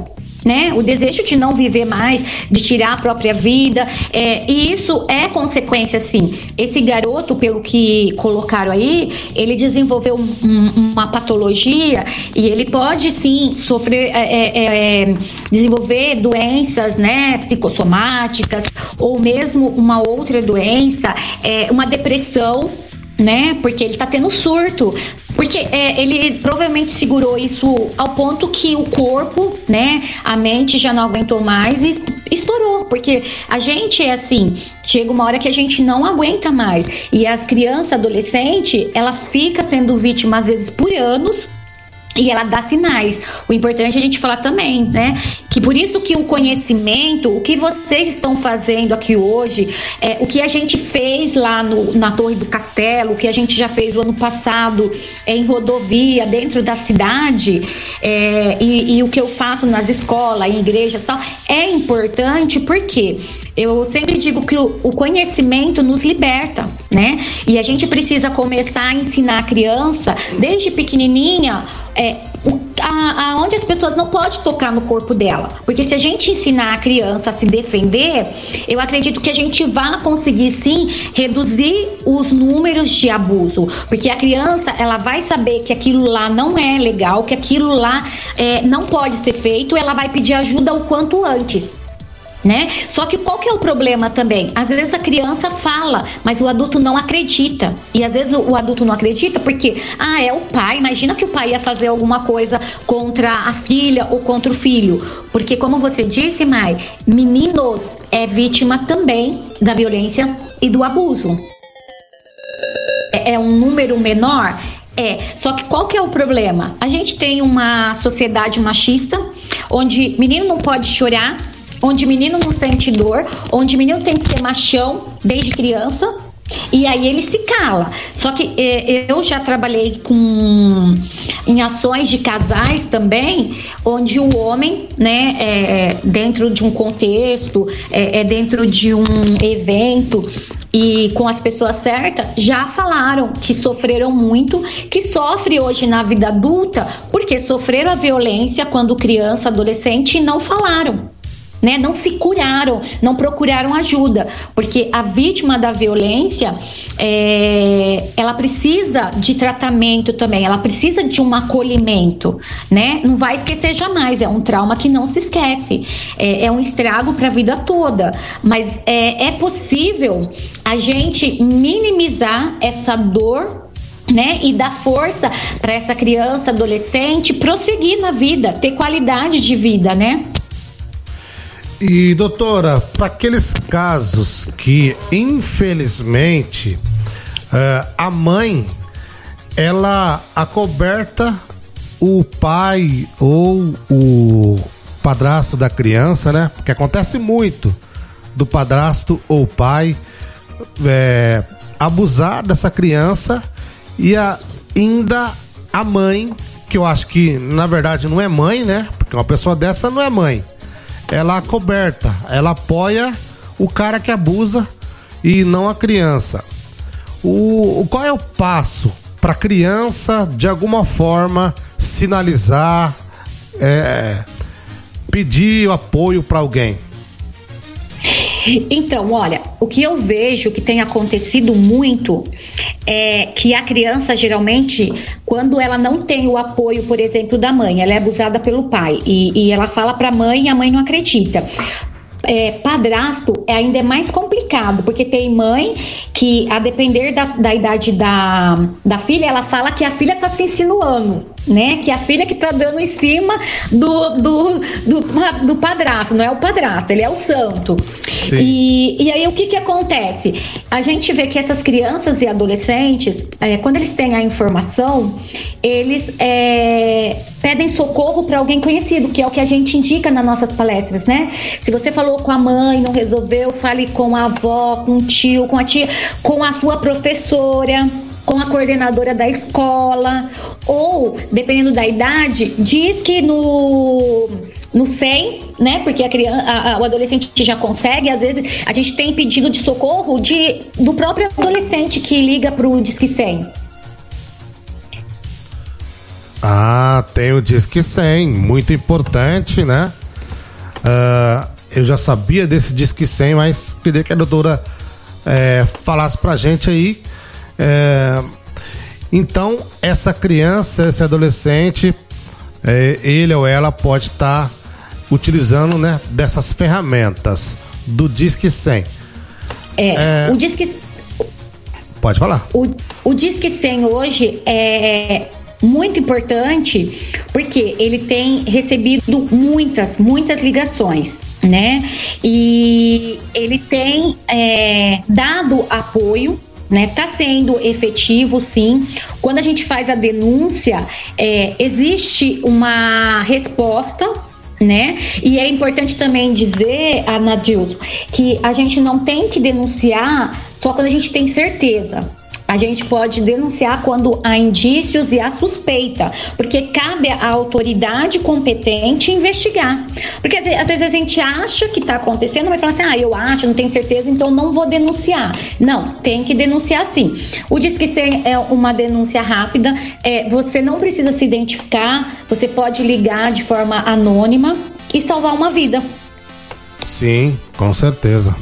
né? O desejo de não viver mais, de tirar a própria vida, e isso é consequência, sim. Esse garoto, pelo que colocaram aí, ele desenvolveu uma patologia e ele pode, sim, sofrer, desenvolver doenças, né, psicossomáticas, ou mesmo uma outra doença, uma depressão, né? Porque ele tá tendo surto. Porque ele provavelmente segurou isso ao ponto que o corpo, né? A mente já não aguentou mais e estourou. Porque a gente é assim, chega uma hora que a gente não aguenta mais. E as crianças, adolescentes, ela fica sendo vítima às vezes por anos. E ela dá sinais. O importante é a gente falar também, né? Que por isso que o conhecimento, o que vocês estão fazendo aqui hoje, o que a gente fez lá na Torre do Castelo, o que a gente já fez o ano passado em rodovia, dentro da cidade, e o que eu faço nas escolas, em igrejas e tal, é importante porque eu sempre digo que o conhecimento nos liberta, né? E a gente precisa começar a ensinar a criança, desde pequenininha, aonde as pessoas não podem tocar no corpo dela. Porque se a gente ensinar a criança a se defender, eu acredito que a gente vai conseguir, sim, reduzir os números de abuso. Porque a criança, ela vai saber que aquilo lá não é legal, que aquilo lá não pode ser feito, ela vai pedir ajuda o quanto antes. Né? Só que qual que é o problema também? Às vezes a criança fala, mas o adulto não acredita. E às vezes o adulto não acredita porque, é o pai. Imagina que o pai ia fazer alguma coisa contra a filha ou contra o filho. Porque como você disse, Mai, meninos é vítima também da violência e do abuso. É um número menor? Só que qual que é o problema? A gente tem uma sociedade machista, onde menino não pode chorar, onde menino não sente dor, onde menino tem que ser machão desde criança, e aí ele se cala. Só que eu já trabalhei em ações de casais também, onde o homem, né, dentro de um contexto, dentro de um evento e com as pessoas certas, já falaram que sofreram muito, que sofre hoje na vida adulta, porque sofreram a violência quando criança, adolescente, e não falaram. Né? Não se curaram, não procuraram ajuda, porque a vítima da violência, ela precisa de tratamento também, ela precisa de um acolhimento, né? Não vai esquecer jamais, é um trauma que não se esquece, é um estrago para a vida toda, mas é possível a gente minimizar essa dor, né, e dar força para essa criança, adolescente prosseguir na vida, ter qualidade de vida, né? E doutora, para aqueles casos que infelizmente a mãe ela acoberta o pai ou o padrasto da criança, né? Porque acontece muito do padrasto ou pai abusar dessa criança e ainda a mãe, que eu acho que na verdade não é mãe, né? Porque uma pessoa dessa não é mãe. Ela acoberta, ela apoia o cara que abusa e não a criança. Qual é o passo para a criança, de alguma forma, sinalizar, pedir o apoio para alguém? Então, olha, o que eu vejo que tem acontecido muito é que a criança, geralmente, quando ela não tem o apoio, por exemplo, da mãe, ela é abusada pelo pai e ela fala pra mãe e a mãe não acredita. Padrasto ainda é mais complicado, porque tem mãe que, a depender da idade da filha, ela fala que a filha tá se insinuando, né? Que a filha que tá dando em cima do padrasto, não é o padrasto, ele é o santo. E aí o que acontece? A gente vê que essas crianças e adolescentes, quando eles têm a informação, eles pedem socorro para alguém conhecido, que é o que a gente indica nas nossas palestras, né? Se você falou com a mãe, não resolveu, fale com a avó, com o tio, com a tia, com a sua professora, com a coordenadora da escola, ou, dependendo da idade, diz que no 100, né? Porque o adolescente já consegue, às vezes a gente tem pedido de socorro do próprio adolescente que liga pro Disque 100. Tem o Disque 100, muito importante, né? Eu já sabia desse Disque 100, mas queria que a doutora falasse pra gente aí. Então, essa criança, esse adolescente, ele ou ela pode estar utilizando, né, dessas ferramentas do Disque 100. O Disque... Pode falar. O Disque 100 hoje é muito importante porque ele tem recebido muitas ligações, né? E ele tem dado apoio, né? Tá sendo efetivo, sim. Quando a gente faz a denúncia, existe uma resposta, né? E é importante também dizer, Ana Dilson, que a gente não tem que denunciar só quando a gente tem certeza. A gente pode denunciar quando há indícios e há suspeita, porque cabe à autoridade competente investigar. Porque às vezes a gente acha que está acontecendo, mas fala assim, eu acho, não tenho certeza, então não vou denunciar. Não, tem que denunciar sim. O Disque 100 é uma denúncia rápida, você não precisa se identificar, você pode ligar de forma anônima e salvar uma vida. Sim, com certeza.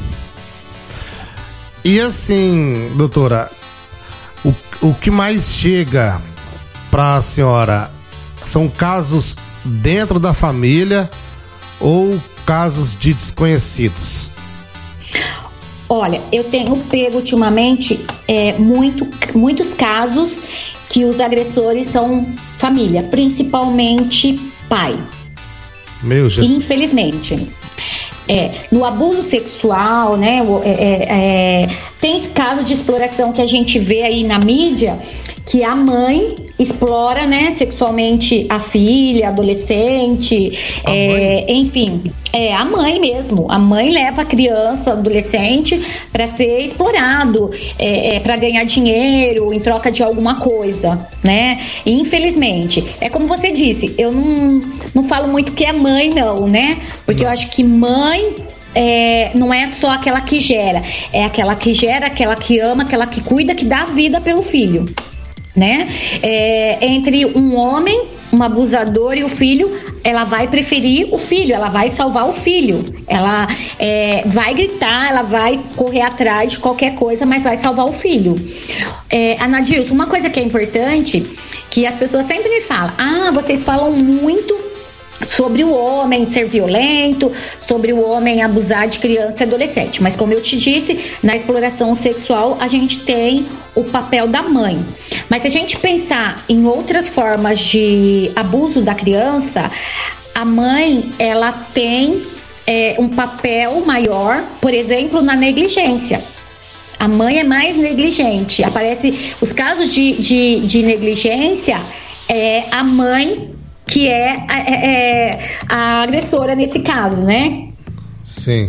E assim, doutora, o que mais chega para a senhora são casos dentro da família ou casos de desconhecidos? Olha, eu tenho pego ultimamente muitos casos que os agressores são família, principalmente pai. Meu Jesus. Infelizmente. No abuso sexual, né? Tem casos de exploração que a gente vê aí na mídia, que a mãe explora, né, sexualmente a filha, adolescente, enfim, a mãe mesmo. A mãe leva a criança, adolescente, para ser explorado, para ganhar dinheiro em troca de alguma coisa, né? E, infelizmente, é como você disse, eu não falo muito que é mãe, não, né? Porque eu acho que mãe não é só aquela que gera, é aquela que gera, aquela que ama, aquela que cuida, que dá a vida pelo filho, né? Entre um homem, um abusador e o filho, ela vai preferir o filho, ela vai salvar o filho, ela vai gritar, ela vai correr atrás de qualquer coisa, mas vai salvar o filho. Ana Dilson, uma coisa que é importante, que as pessoas sempre me falam, vocês falam muito sobre o homem ser violento, sobre o homem abusar de criança e adolescente. Mas como eu te disse, na exploração sexual a gente tem o papel da mãe. Mas se a gente pensar em outras formas de abuso da criança, a mãe, ela tem um papel maior, por exemplo, na negligência. A mãe é mais negligente. Aparece os casos de negligência, a mãe que é a agressora nesse caso, né? Sim.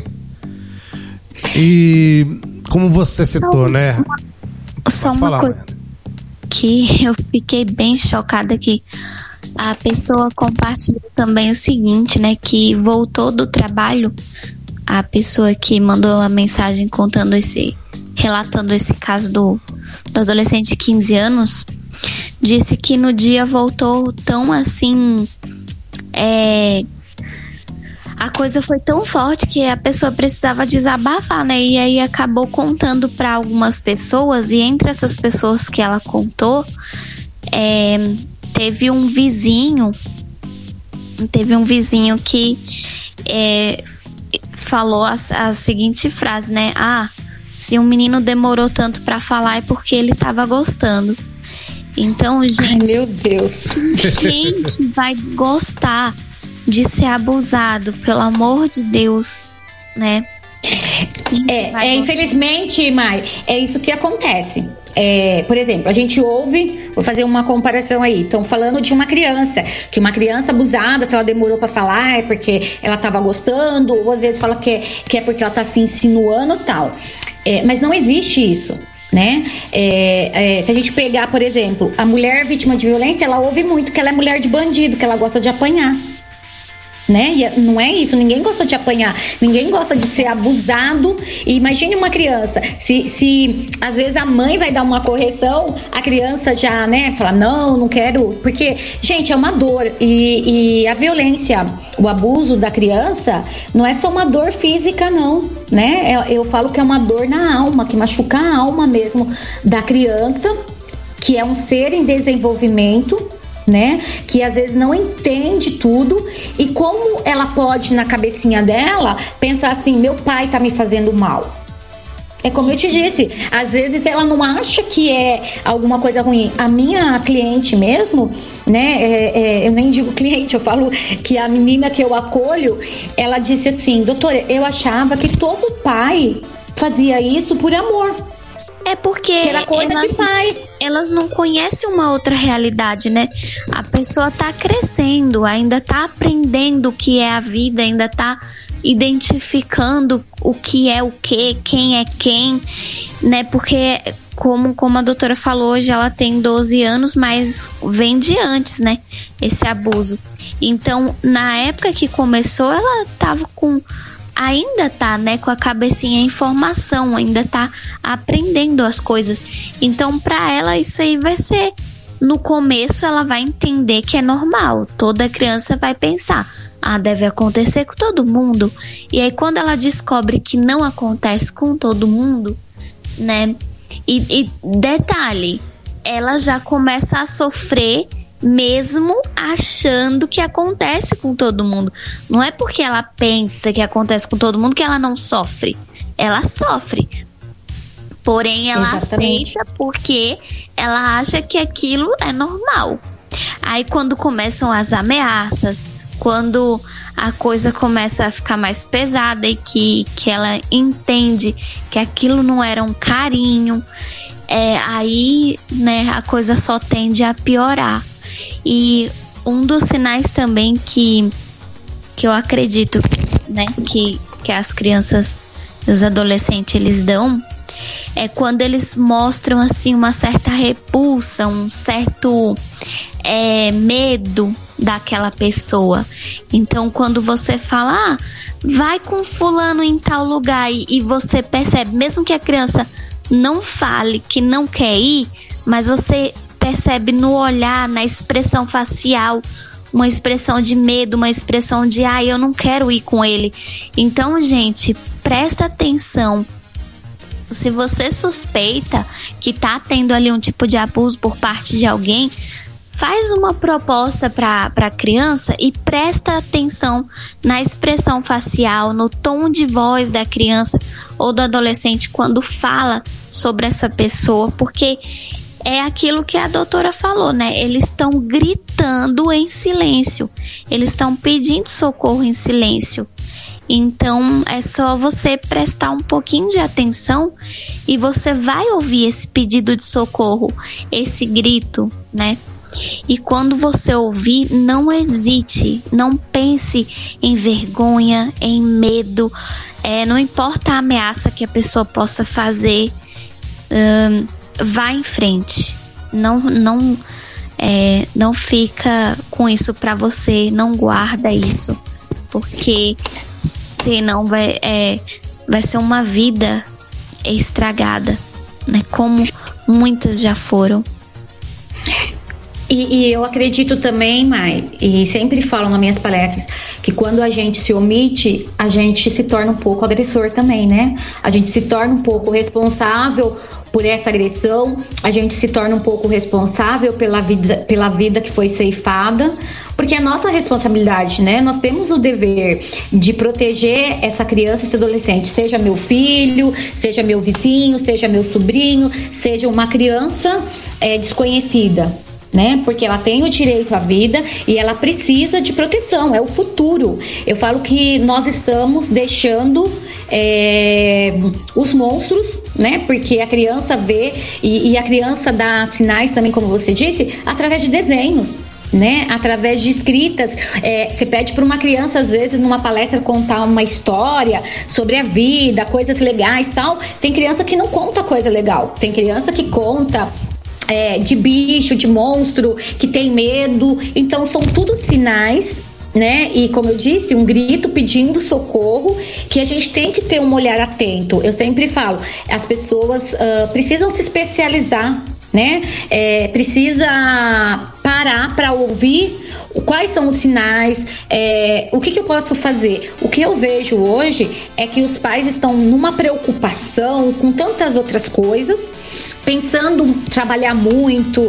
E como você citou, né? Só uma coisa que eu fiquei bem chocada, que a pessoa compartilhou também o seguinte, né? Que voltou do trabalho, a pessoa que mandou a mensagem relatando esse caso do adolescente de 15 anos, disse que no dia voltou tão assim, a coisa foi tão forte que a pessoa precisava desabafar, né? E aí acabou contando para algumas pessoas, e entre essas pessoas que ela contou, teve um vizinho que falou a seguinte frase, né? Se um menino demorou tanto para falar é porque ele tava gostando. Então, gente, meu Deus, quem que vai gostar de ser abusado, pelo amor de Deus, né? Infelizmente, Mai, é isso que acontece. Por exemplo, a gente ouve, vou fazer uma comparação aí, estão falando de uma criança, que uma criança abusada, se ela demorou pra falar é porque ela tava gostando, ou às vezes fala que é porque ela tá se insinuando e tal. Mas não existe isso, né? Se a gente pegar, por exemplo, a mulher vítima de violência, ela ouve muito que ela é mulher de bandido, que ela gosta de apanhar. né? E não é isso, ninguém gosta de apanhar, ninguém gosta de ser abusado. E imagine uma criança, se às vezes a mãe vai dar uma correção, a criança já, né, fala, não quero, porque, gente, é uma dor, e a violência, o abuso da criança não é só uma dor física, não, né? Eu falo que é uma dor na alma, que machuca a alma mesmo da criança, que é um ser em desenvolvimento, né, que às vezes não entende tudo, e como ela pode na cabecinha dela pensar assim, meu pai tá me fazendo mal. É como eu te disse, às vezes ela não acha que é alguma coisa ruim. A minha cliente mesmo, né, eu nem digo cliente, eu falo que a menina que eu acolho, ela disse assim, doutora, eu achava que todo pai fazia isso por amor. É porque elas não conhecem uma outra realidade, né? A pessoa tá crescendo, ainda tá aprendendo o que é a vida, ainda tá identificando o que é o que, quem é quem, né? Porque, como a doutora falou, hoje ela tem 12 anos, mas vem de antes, né? Esse abuso. Então, na época que começou, ela tava ainda tá, né, com a cabecinha em formação, ainda tá aprendendo as coisas. Então, pra ela, isso aí vai ser, no começo, ela vai entender que é normal. Toda criança vai pensar, deve acontecer com todo mundo. E aí, quando ela descobre que não acontece com todo mundo, né, e detalhe, ela já começa a sofrer mesmo achando que acontece com todo mundo. Não é porque ela pensa que acontece com todo mundo que ela não sofre. Ela sofre. Porém, ela aceita porque ela acha que aquilo é normal. Aí, quando começam as ameaças, quando a coisa começa a ficar mais pesada e que ela entende que aquilo não era um carinho, aí, né, a coisa só tende a piorar. E um dos sinais também que eu acredito, né, que as crianças e os adolescentes eles dão, é quando eles mostram assim uma certa repulsa, um certo medo daquela pessoa. Então, quando você fala, vai com fulano em tal lugar, e você percebe, mesmo que a criança não fale que não quer ir, mas você percebe no olhar, na expressão facial, uma expressão de medo, uma expressão de eu não quero ir com ele. Então, gente, presta atenção. Se você suspeita que tá tendo ali um tipo de abuso por parte de alguém, faz uma proposta para a criança e presta atenção na expressão facial, no tom de voz da criança ou do adolescente quando fala sobre essa pessoa, porque é aquilo que a doutora falou, né? Eles estão gritando em silêncio. Eles estão pedindo socorro em silêncio. Então, é só você prestar um pouquinho de atenção e você vai ouvir esse pedido de socorro, esse grito, né? E quando você ouvir, não hesite, não pense em vergonha, em medo. Não importa a ameaça que a pessoa possa fazer, vá em frente, não fica com isso pra você, não guarda isso, porque senão vai ser uma vida estragada, né? Como muitas já foram. E eu acredito também, Mai, e sempre falo nas minhas palestras, que quando a gente se omite, a gente se torna um pouco agressor também, né? A gente se torna um pouco responsável por essa agressão, a gente se torna um pouco responsável pela vida que foi ceifada, porque é nossa responsabilidade, né? Nós temos o dever de proteger essa criança, esse adolescente, seja meu filho, seja meu vizinho, seja meu sobrinho, seja uma criança desconhecida, né? Porque ela tem o direito à vida e ela precisa de proteção, é o futuro. Eu falo que nós estamos deixando os monstros, né? Porque a criança vê e a criança dá sinais também, como você disse, através de desenhos, né? Através de escritas. Você pede para uma criança, às vezes, numa palestra, contar uma história sobre a vida, coisas legais e tal. Tem criança que não conta coisa legal, tem criança que conta de bicho, de monstro, que tem medo. Então são tudo sinais né? E como eu disse, um grito pedindo socorro, que a gente tem que ter um olhar atento. Eu sempre falo, as pessoas precisam se especializar, né? Precisa parar para ouvir quais são os sinais, o que eu posso fazer. O que eu vejo hoje é que os pais estão numa preocupação com tantas outras coisas, pensando trabalhar muito,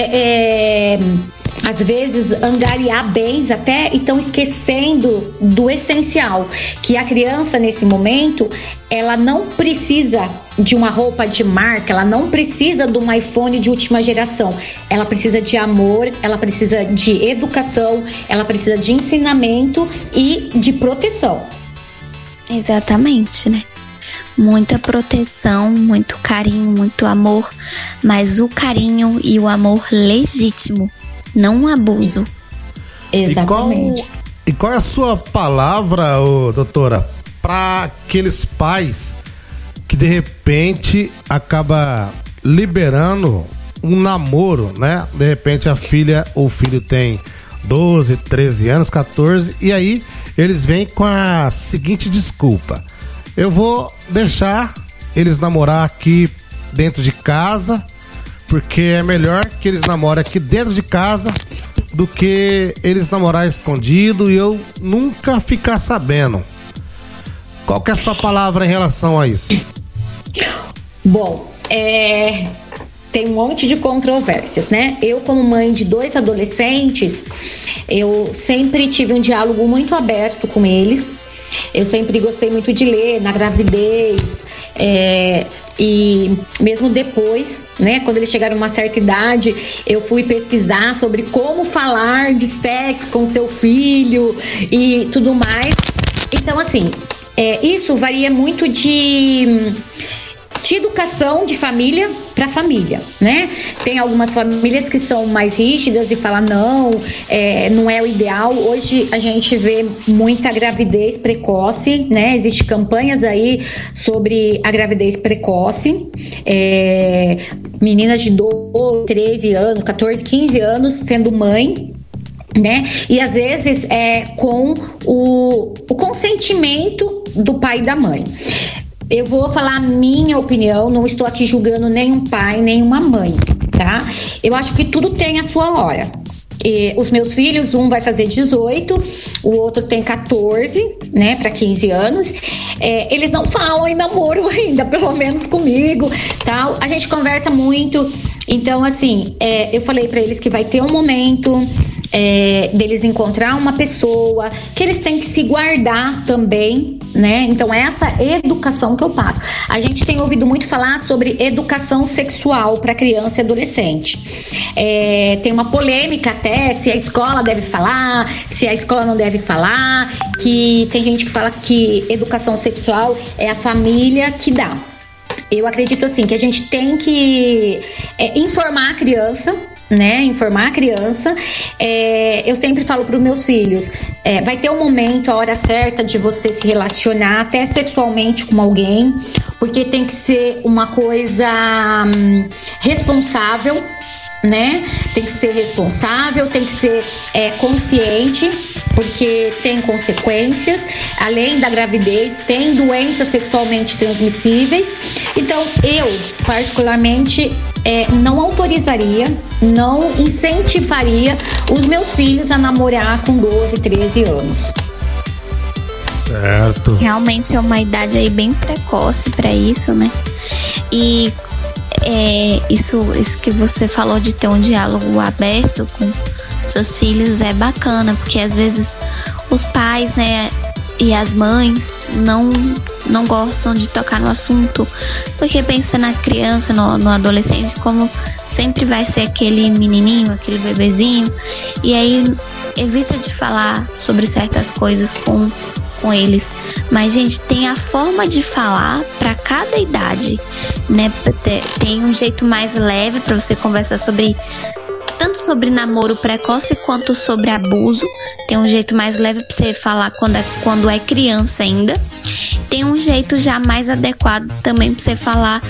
às vezes angariar bens até, e estão esquecendo do essencial, que a criança nesse momento, ela não precisa de uma roupa de marca, ela não precisa de um iPhone de última geração, ela precisa de amor, ela precisa de educação, ela precisa de ensinamento e de proteção. Exatamente, né? Muita proteção, muito carinho, muito amor, mas o carinho e o amor legítimo, não um abuso. Exatamente. E qual é a sua palavra, doutora, para aqueles pais que de repente acaba liberando um namoro, né? De repente a filha ou o filho tem 12, 13 anos, 14, e aí eles vêm com a seguinte desculpa: eu vou deixar eles namorar aqui dentro de casa, porque é melhor que eles namorem aqui dentro de casa do que eles namorar escondido e eu nunca ficar sabendo. Qual que é a sua palavra em relação a isso? Bom, tem um monte de controvérsias, né? Eu, como mãe de 2 adolescentes, eu sempre tive um diálogo muito aberto com eles. Eu sempre gostei muito de ler na gravidez, e mesmo depois, né, quando eles chegaram a uma certa idade, eu fui pesquisar sobre como falar de sexo com seu filho e tudo mais. Então, assim, isso varia muito de educação de família para família, né? Tem algumas famílias que são mais rígidas e falam não é o ideal. Hoje a gente vê muita gravidez precoce, né? Existem campanhas aí sobre a gravidez precoce, meninas de 12, 13 anos, 14, 15 anos sendo mãe, né? E às vezes com o consentimento do pai e da mãe. Eu vou falar a minha opinião, não estou aqui julgando nenhum pai, nenhuma mãe, tá? Eu acho que tudo tem a sua hora. Os meus filhos, um vai fazer 18, o outro tem 14, né, para 15 anos. Eles não falam em namoro ainda, pelo menos comigo, tal. A gente conversa muito. Então, assim, eu falei para eles que vai ter um momento deles encontrar uma pessoa, que eles têm que se guardar também, né? Então, essa educação que eu passo. A gente tem ouvido muito falar sobre educação sexual para criança e adolescente. Tem uma polêmica até se a escola deve falar, se a escola não deve falar, que tem gente que fala que educação sexual é a família que dá. Eu acredito assim que a gente tem que informar a criança, né? Informar a criança. Eu sempre falo para os meus filhos, vai ter um momento, a hora certa de você se relacionar até sexualmente com alguém, porque tem que ser uma coisa responsável, né? Tem que ser responsável, tem que ser consciente, porque tem consequências. Além da gravidez, tem doenças sexualmente transmissíveis. Então, eu, particularmente, não autorizaria, não incentivaria os meus filhos a namorar com 12, 13 anos. Certo. Realmente é uma idade aí bem precoce para isso, né? E isso que você falou de ter um diálogo aberto com seus filhos é bacana, porque às vezes os pais, né, e as mães não gostam de tocar no assunto, porque pensa na criança, no adolescente, como sempre vai ser aquele menininho, aquele bebezinho, e aí evita de falar sobre certas coisas com eles. Mas, gente, tem a forma de falar para cada idade, né? Tem um jeito mais leve para você conversar tanto sobre namoro precoce quanto sobre abuso. Tem um jeito mais leve pra você falar quando é criança ainda. Tem um jeito já mais adequado também pra você falar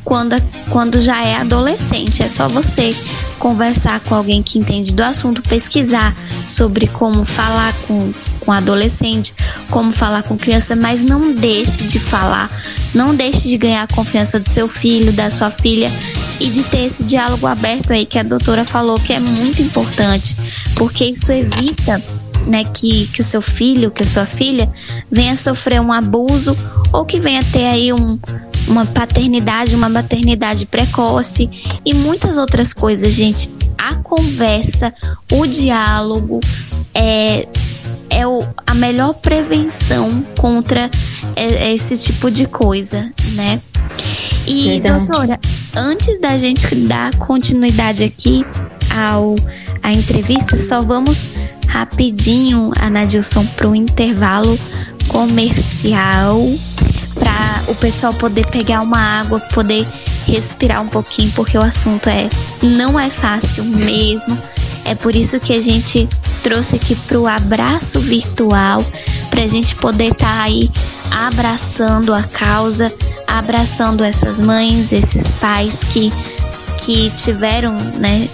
quando já é adolescente. É só você conversar com alguém que entende do assunto, pesquisar sobre como falar com adolescente, como falar com criança, mas não deixe de falar, não deixe de ganhar a confiança do seu filho, da sua filha, e de ter esse diálogo aberto aí que a doutora falou, que é muito importante, porque isso evita, né, que o seu filho, que a sua filha venha sofrer um abuso ou que venha ter aí uma paternidade, uma maternidade precoce e muitas outras coisas, gente. A conversa, o diálogo é a melhor prevenção contra esse tipo de coisa, né? E, verdade. Doutora, antes da gente dar continuidade aqui à entrevista, só vamos rapidinho, Anadilson, para o intervalo comercial, para o pessoal poder pegar uma água, poder respirar um pouquinho, porque o assunto não é fácil mesmo. É por isso que a gente trouxe aqui pro abraço virtual, pra gente poder estar aí abraçando a causa, abraçando essas mães, esses pais que tiveram, né,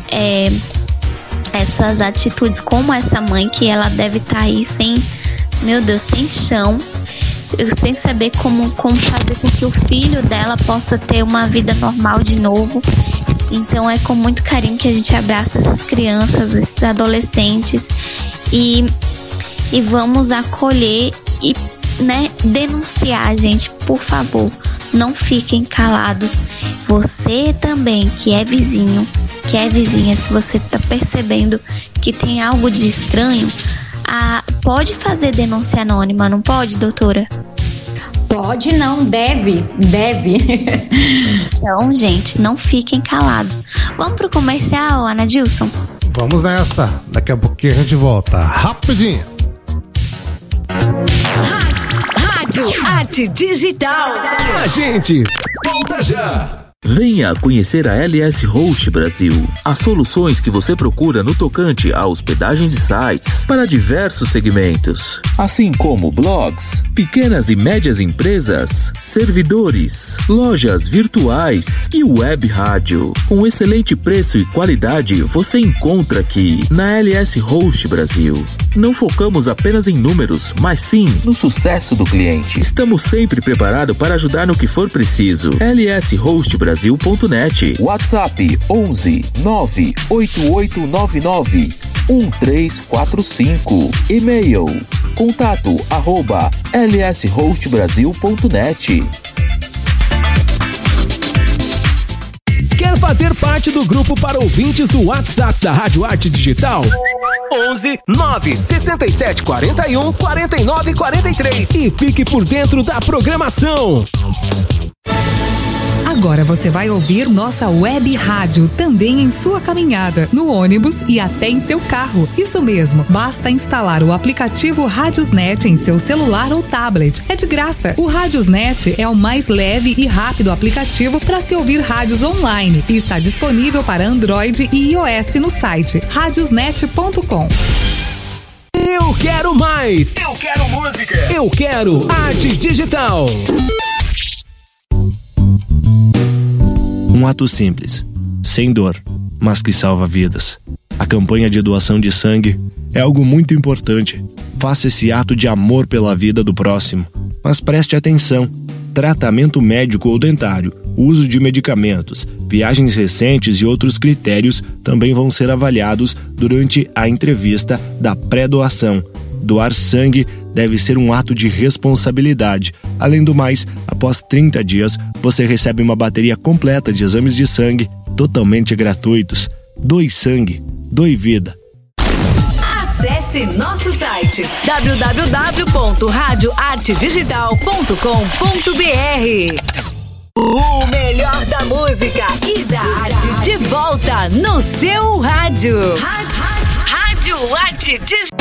essas atitudes, como essa mãe, que ela deve estar aí sem, meu Deus, sem chão, sem saber como fazer com que o filho dela possa ter uma vida normal de novo. Então é com muito carinho que a gente abraça essas crianças, esses adolescentes e vamos acolher e, né, denunciar, gente, por favor, não fiquem calados. Você também, que é vizinho, que é vizinha, se você tá percebendo que tem algo de estranho, pode fazer denúncia anônima, não pode, doutora? Pode não, deve. Então, gente, não fiquem calados. Vamos pro comercial, Anadilson? Vamos nessa. Daqui a pouquinho a gente volta. Rapidinho. Rádio Arte Digital. A gente volta já. Venha conhecer a LS Host Brasil. As soluções que você procura no tocante à hospedagem de sites para diversos segmentos, assim como blogs, pequenas e médias empresas, servidores, lojas virtuais e web rádio. Com excelente preço e qualidade você encontra aqui na LS Host Brasil. Não focamos apenas em números, mas sim no sucesso do cliente. Estamos sempre preparados para ajudar no que for preciso. lshostbrasil.net. WhatsApp 11 98899 1345. E-mail contato@lshostbrasil.net. Quer fazer parte do grupo para ouvintes do WhatsApp da Rádio Arte Digital? 11 967 41 49 43 e fique por dentro da programação. Agora você vai ouvir nossa web rádio também em sua caminhada, no ônibus e até em seu carro. Isso mesmo, basta instalar o aplicativo Radiosnet em seu celular ou tablet. É de graça. O Radiosnet é o mais leve e rápido aplicativo para se ouvir rádios online e está disponível para Android e iOS no site radiosnet.com. Eu quero mais! Eu quero música! Eu quero arte digital! Um ato simples, sem dor, mas que salva vidas. A campanha de doação de sangue é algo muito importante. Faça esse ato de amor pela vida do próximo. Mas preste atenção: tratamento médico ou dentário, uso de medicamentos, viagens recentes e outros critérios também vão ser avaliados durante a entrevista da pré-doação. Doar sangue deve ser um ato de responsabilidade. Além do mais, após 30 dias, você recebe uma bateria completa de exames de sangue totalmente gratuitos. Doe sangue, doe vida. Acesse nosso site www.radioartedigital.com.br. O melhor da música e da arte de volta no seu rádio. Rádio Arte Digital.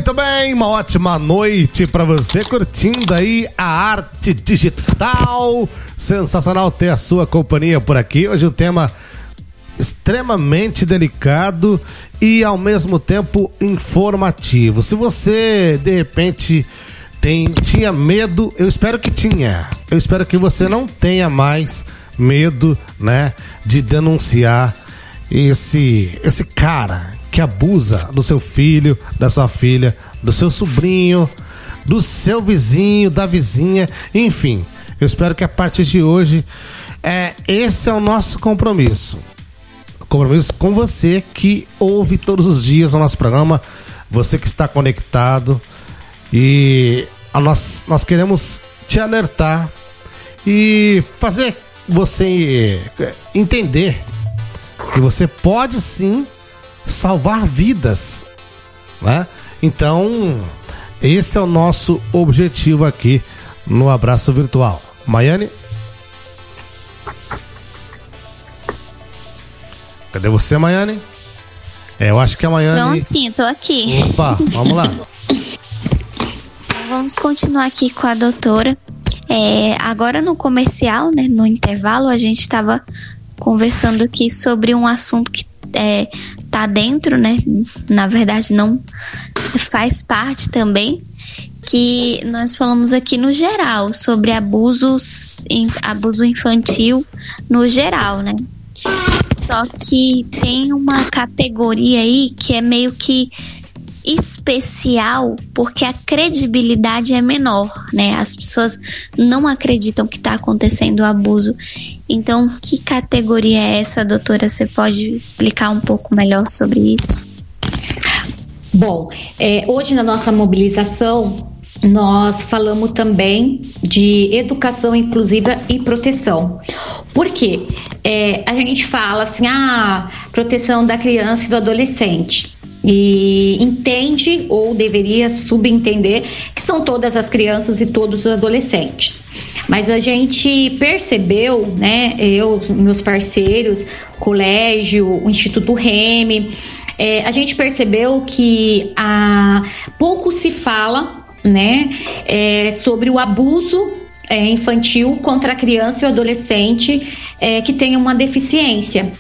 Muito bem, uma ótima noite para você curtindo aí a arte digital. Sensacional ter a sua companhia por aqui. Hoje um tema extremamente delicado e ao mesmo tempo informativo. Se você de repente tinha medo, eu espero que tinha. Eu espero que você não tenha mais medo, né, de denunciar esse cara que abusa do seu filho, da sua filha, do seu sobrinho, do seu vizinho, da vizinha, enfim. Eu espero que a partir de hoje esse é o nosso compromisso. Compromisso com você que ouve todos os dias o nosso programa, você que está conectado, e nós queremos te alertar e fazer você entender que você pode sim salvar vidas, né? Então, esse é o nosso objetivo aqui no Abraço Virtual. Maiane? Cadê você, Maiane? Eu acho que a Maiane... Prontinho, tô aqui. Opa, vamos lá. Vamos continuar aqui com a doutora. Agora no comercial, né, no intervalo, a gente estava conversando aqui sobre um assunto que tá dentro, né? Na verdade, não faz parte também, que nós falamos aqui no geral, sobre abuso infantil no geral, né? Só que tem uma categoria aí que é meio que especial, porque a credibilidade é menor, né? As pessoas não acreditam que está acontecendo o abuso. Então, que categoria é essa, doutora? Você pode explicar um pouco melhor sobre isso? Bom, hoje na nossa mobilização, nós falamos também de educação inclusiva e proteção. Por quê? A gente fala assim, proteção da criança e do adolescente. E entende ou deveria subentender que são todas as crianças e todos os adolescentes. Mas a gente percebeu, né, eu, meus parceiros, colégio, o Instituto Reme, a gente percebeu que pouco se fala, né, sobre o abuso infantil contra a criança e o adolescente que tem uma deficiência.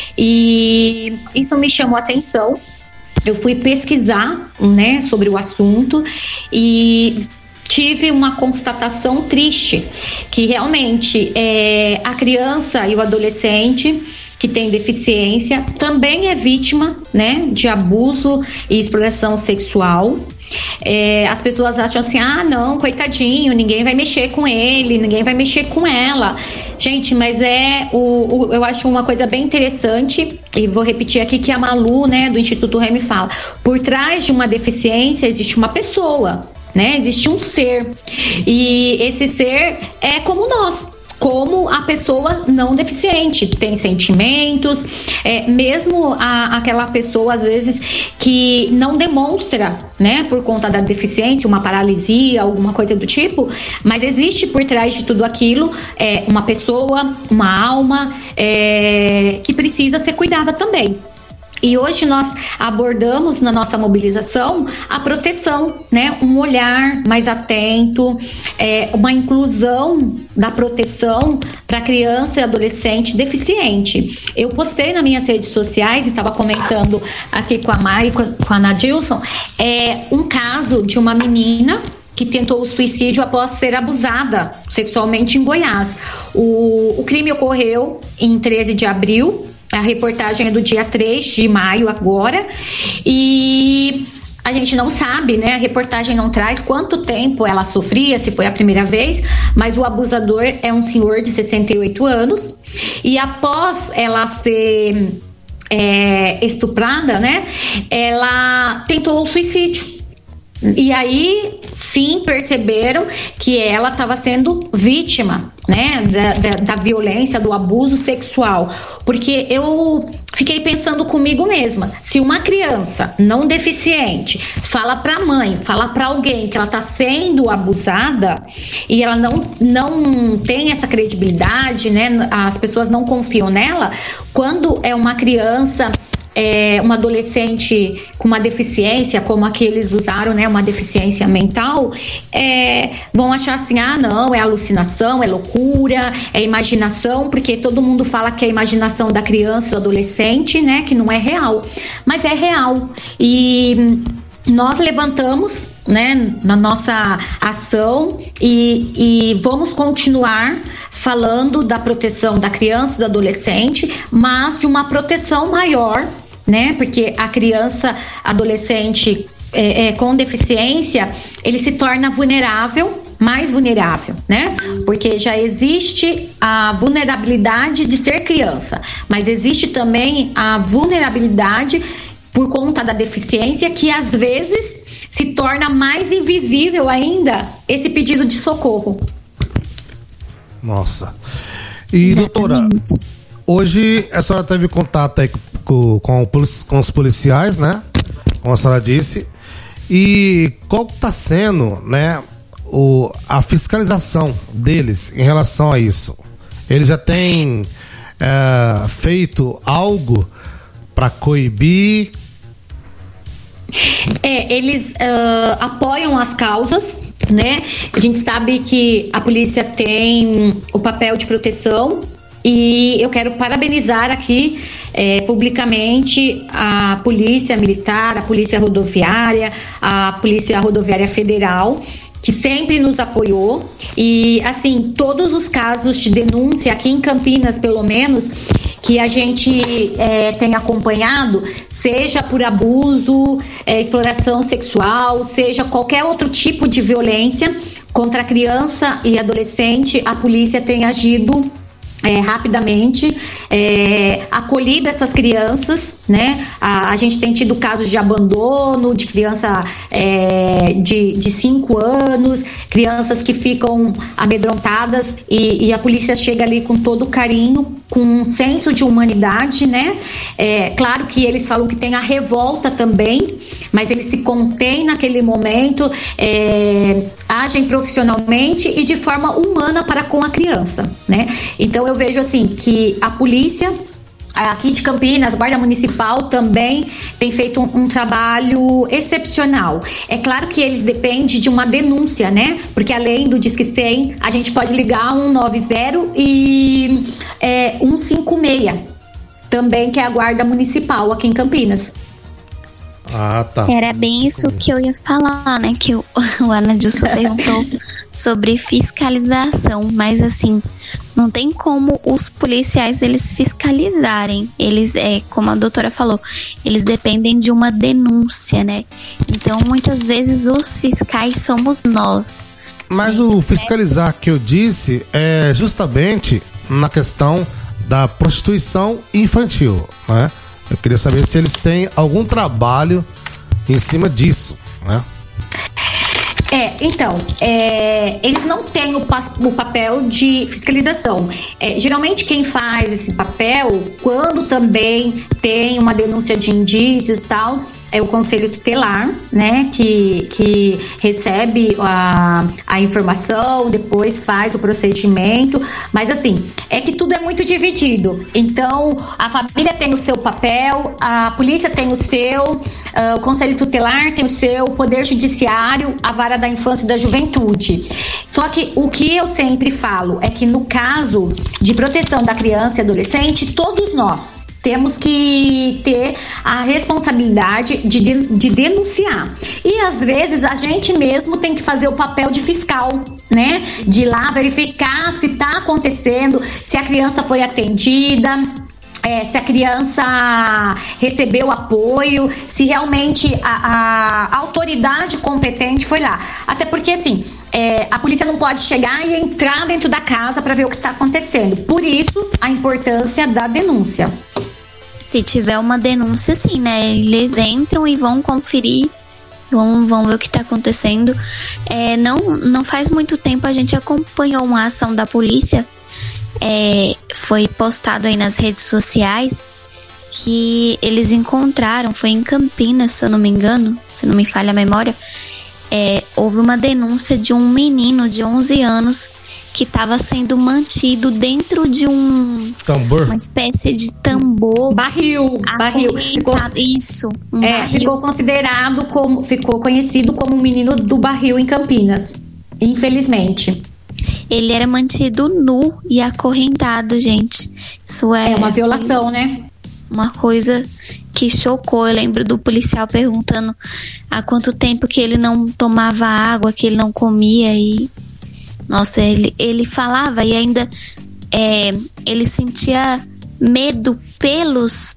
E isso me chamou a atenção. Eu fui pesquisar, né, sobre o assunto e tive uma constatação triste, que realmente a criança e o adolescente que tem deficiência também é vítima, né, de abuso e exploração sexual. As pessoas acham assim, não, coitadinho, ninguém vai mexer com ele, ninguém vai mexer com ela. Gente, mas eu acho uma coisa bem interessante, e vou repetir aqui que a Malu, né, do Instituto Reme fala, por trás de uma deficiência existe uma pessoa, né, existe um ser, e esse ser é como nós, como a pessoa não deficiente, tem sentimentos, mesmo aquela pessoa às vezes que não demonstra, né, por conta da deficiência, uma paralisia, alguma coisa do tipo, mas existe por trás de tudo aquilo uma pessoa, uma alma que precisa ser cuidada também. E hoje nós abordamos na nossa mobilização a proteção, né? Um olhar mais atento, uma inclusão da proteção para criança e adolescente deficiente. Eu postei nas minhas redes sociais e estava comentando aqui com a Mai, com a Nadilson, um caso de uma menina que tentou o suicídio após ser abusada sexualmente em Goiás. O crime ocorreu em 13 de abril. A reportagem é do dia 3 de maio agora, e a gente não sabe, né? A reportagem não traz quanto tempo ela sofria, se foi a primeira vez, mas o abusador é um senhor de 68 anos, e após ela ser estuprada, né? Ela tentou o suicídio. E aí, sim, perceberam que ela estava sendo vítima, né, da violência, do abuso sexual. Porque eu fiquei pensando comigo mesma, se uma criança não deficiente fala para a mãe, fala para alguém que ela está sendo abusada e ela não tem essa credibilidade, né, as pessoas não confiam nela, quando é uma criança um adolescente com uma deficiência, como a que eles usaram, né, uma deficiência mental, vão achar assim, não, é alucinação, é loucura, é imaginação, porque todo mundo fala que é a imaginação da criança e do adolescente, né, que não é real, mas é real. E nós levantamos, né, na nossa ação e vamos continuar falando da proteção da criança e do adolescente, mas de uma proteção maior, né? Porque a criança, adolescente com deficiência, ele se torna vulnerável, mais vulnerável, né? Porque já existe a vulnerabilidade de ser criança, mas existe também a vulnerabilidade por conta da deficiência, que às vezes se torna mais invisível ainda esse pedido de socorro. Nossa. E doutora, hoje a senhora teve contato aí com os policiais, né? Como a senhora disse. E qual está sendo, né, a fiscalização deles em relação a isso? Eles já têm feito algo para coibir? Eles apoiam as causas, né? A gente sabe que a polícia tem o papel de proteção e eu quero parabenizar aqui publicamente a Polícia Militar, a Polícia Rodoviária, a Polícia Rodoviária Federal, que sempre nos apoiou. E assim, todos os casos de denúncia aqui em Campinas, pelo menos, que a gente tem acompanhado, seja por abuso, exploração sexual, seja qualquer outro tipo de violência contra criança e adolescente, a polícia tem agido rapidamente, acolhido essas crianças, né? A gente tem tido casos de abandono de criança de 5 anos, crianças que ficam amedrontadas e a polícia chega ali com todo carinho, com um senso de humanidade, né? Claro que eles falam que tem a revolta também, mas eles se contêm naquele momento, agem profissionalmente e de forma humana para com a criança, né? Então eu vejo assim que a polícia aqui de Campinas, a Guarda Municipal também tem feito um trabalho excepcional. É claro que eles dependem de uma denúncia, né? Porque além do Disque 100, a gente pode ligar 190 e 156 também, que é a Guarda Municipal aqui em Campinas. Ah, tá. Era bem isso que eu ia falar, né? Que o Anadilson perguntou sobre fiscalização, mas assim, não tem como os policiais eles fiscalizarem. Eles, como a doutora falou, eles dependem de uma denúncia, né? Então, muitas vezes os fiscais somos nós. Mas o fiscalizar que eu disse é justamente na questão da prostituição infantil, né? Eu queria saber se eles têm algum trabalho em cima disso, né? Então, eles não têm o papel de fiscalização. Geralmente quem faz esse papel, quando também tem uma denúncia de indícios e tal, é o Conselho Tutelar, né, que recebe a informação, depois faz o procedimento, mas assim, é que tudo é muito dividido. Então, a família tem o seu papel, a polícia tem o seu, o Conselho Tutelar tem o seu, o Poder Judiciário, a Vara da Infância e da Juventude. Só que o que eu sempre falo é que no caso de proteção da criança e adolescente, todos nós temos que ter a responsabilidade de denunciar. E às vezes a gente mesmo tem que fazer o papel de fiscal, né? De ir lá verificar se está acontecendo, se a criança foi atendida, se a criança recebeu apoio, se realmente a autoridade competente foi lá. Até porque assim, a polícia não pode chegar e entrar dentro da casa para ver o que está acontecendo. Por isso, a importância da denúncia. Se tiver uma denúncia, sim, né? Eles entram e vão conferir, vão ver o que está acontecendo. Não faz muito tempo a gente acompanhou uma ação da polícia. Foi postado aí nas redes sociais que eles encontraram, foi em Campinas, se eu não me engano, se não me falha a memória, houve uma denúncia de um menino de 11 anos que estava sendo mantido dentro de um tambor, uma espécie de tambor, barril. Ficou, isso, barril. Ficou conhecido como o menino do barril em Campinas, infelizmente. Ele era mantido nu e acorrentado, gente. Isso é uma violação, né? Uma coisa que chocou. Eu lembro do policial perguntando há quanto tempo que ele não tomava água, que ele não comia. E nossa, ele falava e ainda ele sentia medo pelos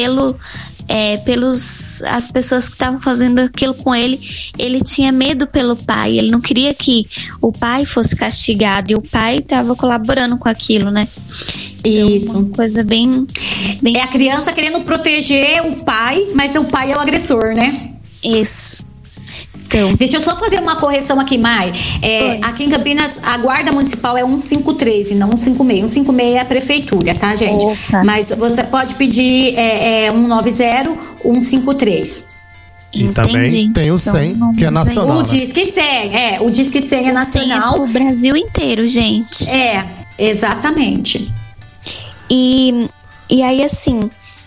as pessoas que estavam fazendo aquilo com ele. Ele tinha medo pelo pai, ele não queria que o pai fosse castigado, e o pai estava colaborando com aquilo, né? Isso. Uma coisa bem é a criança querendo proteger o pai, mas o pai é o agressor, né? Isso. Então, deixa eu só fazer uma correção aqui, Mai. Aqui em Campinas, a guarda municipal é 153 e não 156. 156 é a prefeitura, tá, gente? Opa. Mas você pode pedir 190, 153. E também tem o 100, que é nacional. O Disque 100, o Disque 100 é nacional. 100 é pro Brasil inteiro, gente. Exatamente. E aí, assim,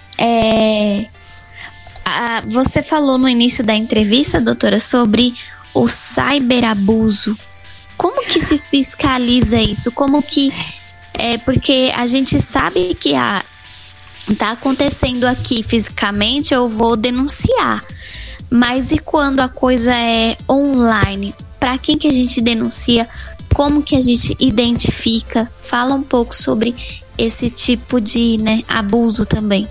você falou no início da entrevista, doutora, sobre o cyberabuso. Como que se fiscaliza isso? Como que... porque a gente sabe que tá acontecendo aqui fisicamente, eu vou denunciar. Mas e quando a coisa é online? Para quem que a gente denuncia? Como que a gente identifica? Fala um pouco sobre esse tipo de abuso também.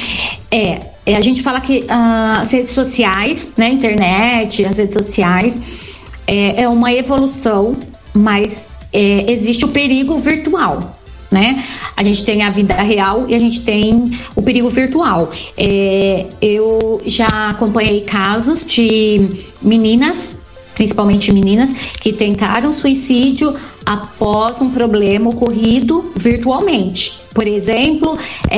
A gente fala que as redes sociais, né, internet, as redes sociais, é uma evolução, mas existe o perigo virtual, né? A gente tem a vida real e a gente tem o perigo virtual. Eu já acompanhei casos de meninas, principalmente meninas, que tentaram suicídio após um problema ocorrido virtualmente. Por exemplo,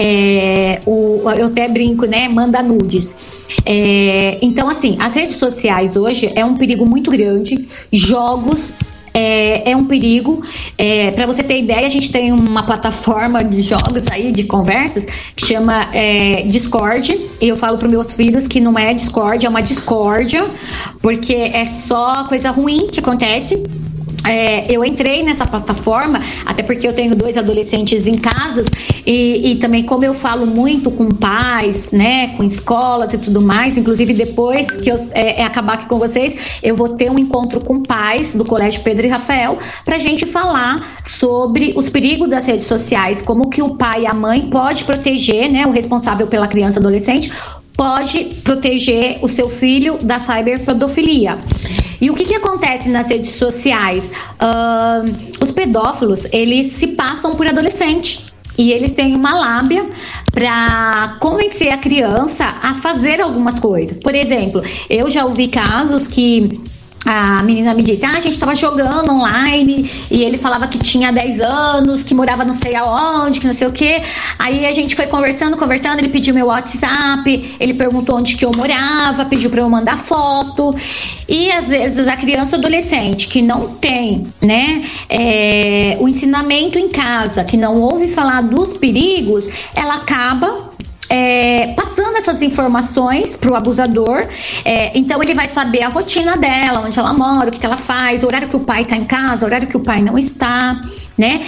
eu até brinco, né? Manda nudes. Então, assim, as redes sociais hoje é um perigo muito grande. Jogos é um perigo. Para você ter ideia, a gente tem uma plataforma de jogos aí, de conversas, que chama Discord. E eu falo para meus filhos que não é Discord, é uma discórdia, porque é só coisa ruim que acontece. Eu entrei nessa plataforma, até porque eu tenho 2 adolescentes em casa, e também, como eu falo muito com pais, né, com escolas e tudo mais, inclusive depois que eu acabar aqui com vocês, eu vou ter um encontro com pais do Colégio Pedro e Rafael pra gente falar sobre os perigos das redes sociais, como que o pai e a mãe pode proteger, né, o responsável pela criança e adolescente pode proteger o seu filho da cyberpedofilia. E o que acontece nas redes sociais? Os pedófilos, eles se passam por adolescente e eles têm uma lábia para convencer a criança a fazer algumas coisas. Por exemplo, eu já ouvi casos que a menina me disse, a gente estava jogando online e ele falava que tinha 10 anos, que morava não sei aonde, que não sei o que. Aí a gente foi conversando, ele pediu meu WhatsApp, ele perguntou onde que eu morava, pediu para eu mandar foto. E às vezes a criança ou adolescente que não tem, né, o ensinamento em casa, que não ouve falar dos perigos, ela acaba passando essas informações pro abusador. Então ele vai saber a rotina dela, onde ela mora, o que ela faz, o horário que o pai tá em casa, o horário que o pai não está, né?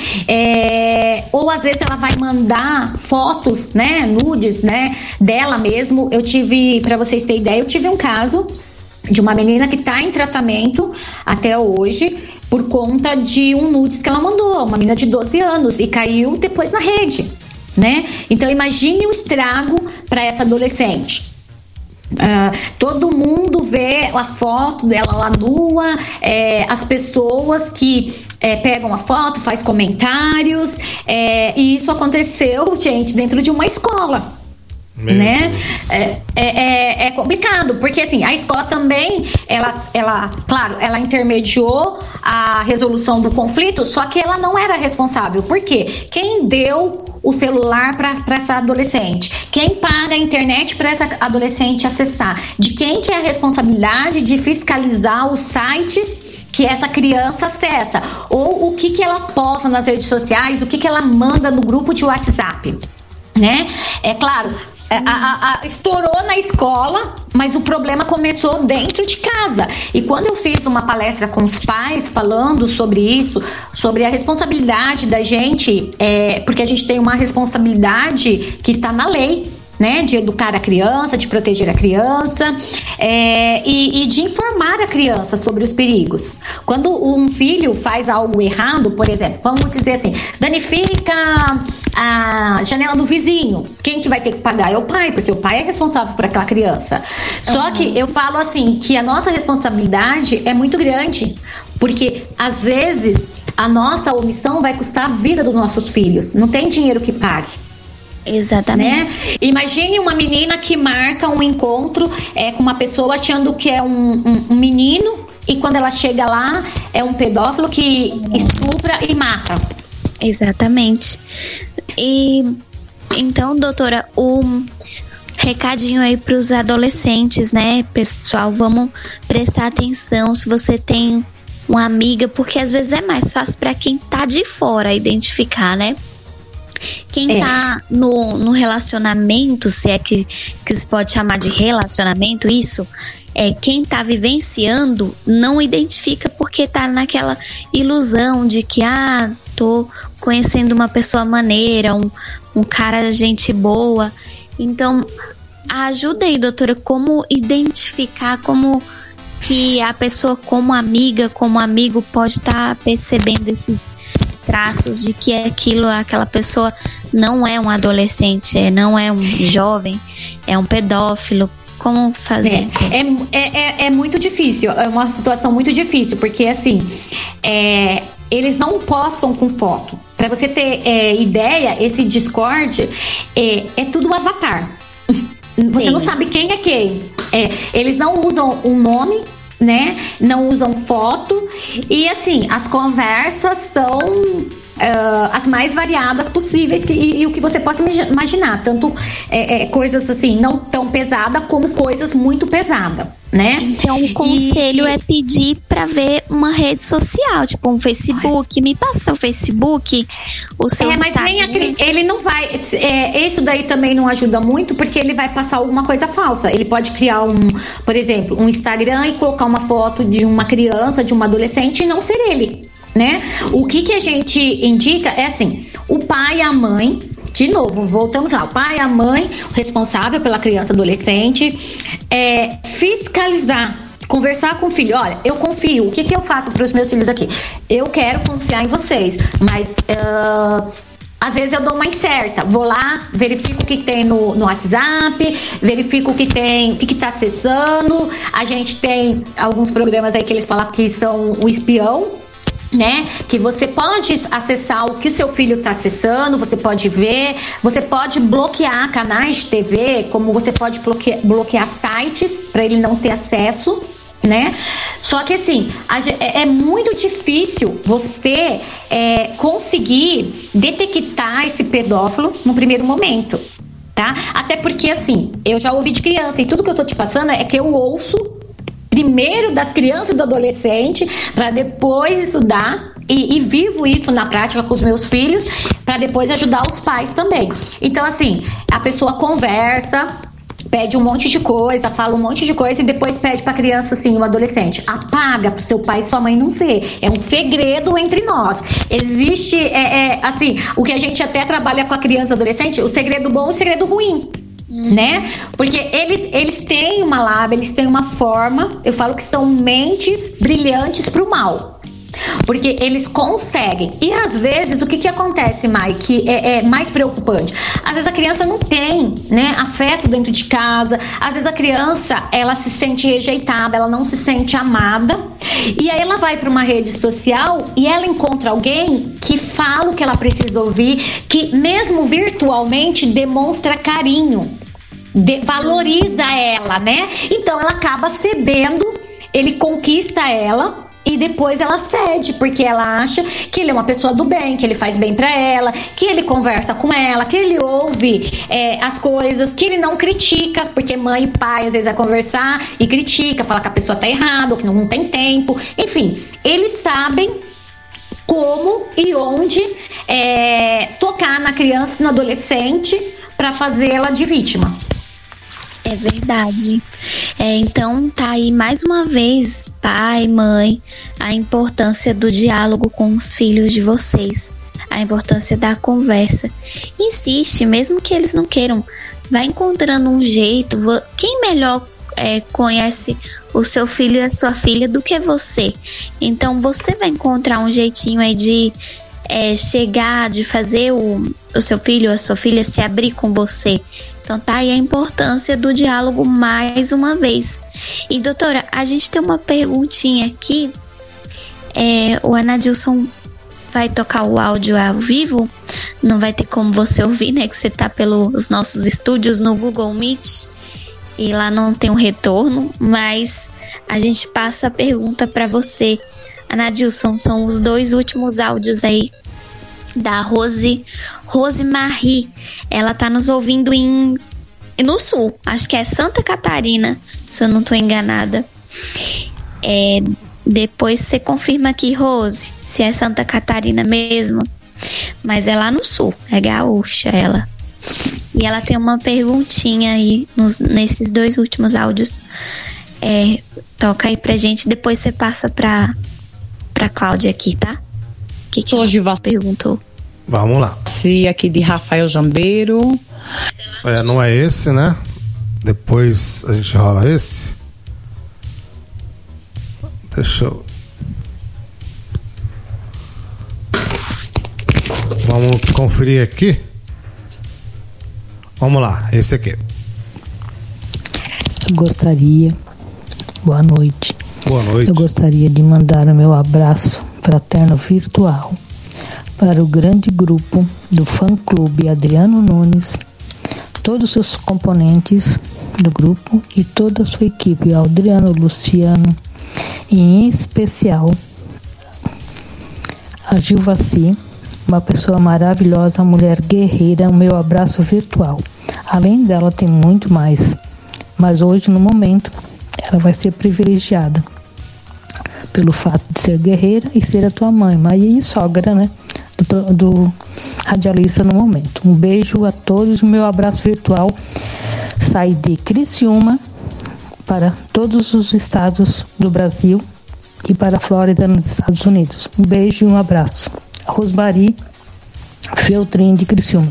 Ou às vezes ela vai mandar fotos, né, nudes, né, dela mesmo. Pra vocês terem ideia, eu tive um caso de uma menina que tá em tratamento até hoje por conta de um nudes que ela mandou, uma menina de 12 anos, e caiu depois na rede, né? Então imagine o estrago para essa adolescente. Todo mundo vê a foto dela lá nua, as pessoas que pegam a foto, faz comentários, e isso aconteceu, gente, dentro de uma escola. Né? É complicado, porque assim, a escola também, claro, ela intermediou a resolução do conflito, só que ela não era responsável. Por quê? Quem deu o celular para essa adolescente? Quem paga a internet para essa adolescente acessar? De quem que é a responsabilidade de fiscalizar os sites que essa criança acessa, ou o que ela posta nas redes sociais, o que ela manda no grupo de WhatsApp, né? É claro, estourou na escola, mas o problema começou dentro de casa. E quando eu fiz uma palestra com os pais falando sobre isso, sobre a responsabilidade da gente, porque a gente tem uma responsabilidade que está na lei, né, de educar a criança, de proteger a criança, e de informar a criança sobre os perigos. Quando um filho faz algo errado, por exemplo, vamos dizer assim, danifica a janela do vizinho, quem que vai ter que pagar? É o pai, porque o pai é responsável por aquela criança. Só que eu falo assim, que a nossa responsabilidade é muito grande, porque às vezes a nossa omissão vai custar a vida dos nossos filhos, não tem dinheiro que pague. Exatamente. Né? Imagine uma menina que marca um encontro com uma pessoa achando que é um menino, e quando ela chega lá é um pedófilo que estupra e mata. Exatamente. E então, doutora, um recadinho aí para os adolescentes, né, pessoal? Vamos prestar atenção se você tem uma amiga, porque às vezes é mais fácil para quem tá de fora identificar, né? Quem tá no relacionamento, se é que se pode chamar de relacionamento isso, quem tá vivenciando não identifica, porque tá naquela ilusão de que tô conhecendo uma pessoa maneira, um cara gente boa. Então ajuda aí, doutora, como identificar, como que a pessoa como amiga, como amigo pode estar percebendo esses traços de que aquela pessoa não é um adolescente, não é um jovem, é um pedófilo. Como fazer? É muito difícil, é uma situação muito difícil, porque assim, eles não postam com foto. Para você ter ideia, esse Discord é tudo avatar. Sim. Você não sabe quem é quem. Eles não usam um nome, né? Não usam foto, e assim, as conversas são as mais variadas possíveis e o que você possa imaginar, tanto coisas assim não tão pesadas como coisas muito pesadas, né? Então o conselho é pedir pra ver uma rede social, tipo um Facebook. Me passa o Facebook, o seu Instagram. Mas ele não vai, isso daí também não ajuda muito, porque ele vai passar alguma coisa falsa. Ele pode criar por exemplo, um Instagram e colocar uma foto de uma criança, de uma adolescente, e não ser ele, né? O que a gente indica é assim, o pai e a mãe, de novo, voltamos lá, o pai e a mãe, responsável pela criança, adolescente, fiscalizar, conversar com o filho. Olha, eu confio, o que eu faço para os meus filhos aqui? Eu quero confiar em vocês, mas às vezes eu dou uma incerta, vou lá, verifico o que tem no WhatsApp, verifico o que tem, o que tá acessando. A gente tem alguns programas aí que eles falam que são o espião, né? Que você pode acessar o que o seu filho está acessando, você pode ver, você pode bloquear canais de TV, como você pode bloquear sites para ele não ter acesso, né? Só que assim, é muito difícil você conseguir detectar esse pedófilo no primeiro momento, tá? Até porque assim, eu já ouvi de criança, e tudo que eu tô te passando é que eu ouço primeiro das crianças e do adolescente, para depois estudar e vivo isso na prática com os meus filhos, para depois ajudar os pais também. Então assim, a pessoa conversa, pede um monte de coisa, fala um monte de coisa e depois pede pra criança, assim, o adolescente, apaga pro seu pai e sua mãe não ver. É um segredo entre nós. Existe, assim, o que a gente até trabalha com a criança e adolescente, o segredo bom e o segredo ruim, né? Porque eles têm uma lábia, eles têm uma forma, eu falo que são mentes brilhantes pro mal. Porque eles conseguem. E às vezes, o que acontece, Mai, que é mais preocupante? Às vezes a criança não tem, né, afeto dentro de casa. Às vezes a criança, ela se sente rejeitada, ela não se sente amada. E aí ela vai para uma rede social e ela encontra alguém que fala o que ela precisa ouvir, que mesmo virtualmente demonstra carinho, valoriza ela, né? Então ela acaba cedendo, ele conquista ela. e depois ela cede, porque ela acha que ele é uma pessoa do bem, que ele faz bem pra ela, que ele conversa com ela, que ele ouve as coisas, que ele não critica, porque mãe e pai às vezes vai conversar e critica, fala que a pessoa tá errada, ou que não tem tempo, enfim, eles sabem como e onde tocar na criança, no adolescente, pra fazê-la de vítima. É verdade. Então tá aí mais uma vez, pai, mãe, a importância do diálogo com os filhos de vocês, a importância da conversa. Insiste, mesmo que eles não queiram, vai encontrando um jeito. Quem melhor conhece o seu filho e a sua filha do que você? Então você vai encontrar um jeitinho aí de chegar, de fazer o seu filho ou a sua filha se abrir com você. Então tá aí a importância do diálogo mais uma vez. E doutora, a gente tem uma perguntinha aqui. O Anadilson vai tocar o áudio ao vivo. Não vai ter como você ouvir, né? Que você tá pelos nossos estúdios no Google Meet. E lá não tem um retorno. Mas a gente passa a pergunta para você. Anadilson, são os 2 últimos áudios aí da Rosemarie. Ela tá nos ouvindo no sul, acho que é Santa Catarina, se eu não tô enganada. Depois você confirma aqui, Rose, se é Santa Catarina mesmo, mas é lá no sul, é gaúcha ela. E ela tem uma perguntinha aí nesses 2 últimos áudios. Toca aí pra gente, depois você passa pra Cláudia aqui, tá? O que hoje você perguntou? Vamos lá. Se aqui de Rafael Jambeiro. Não é esse, né? Depois a gente rola esse. Deixa eu... Vamos conferir aqui. Vamos lá, esse aqui. Eu gostaria... Boa noite. Boa noite. Eu gostaria de mandar o meu abraço fraterno virtual para o grande grupo do fã-clube Adriano Nunes, todos os seus componentes do grupo e toda a sua equipe, Adriano, Luciano, e em especial a Gilvaci, uma pessoa maravilhosa, mulher guerreira, o meu abraço virtual. Além dela tem muito mais, mas hoje no momento ela vai ser privilegiada pelo fato de ser guerreira e ser a tua mãe, e sogra, né? Do radialista no momento. Um beijo a todos, o meu abraço virtual sai de Criciúma para todos os estados do Brasil e para a Flórida nos Estados Unidos. Um beijo e um abraço. Rosemarie Feltrin de Criciúma.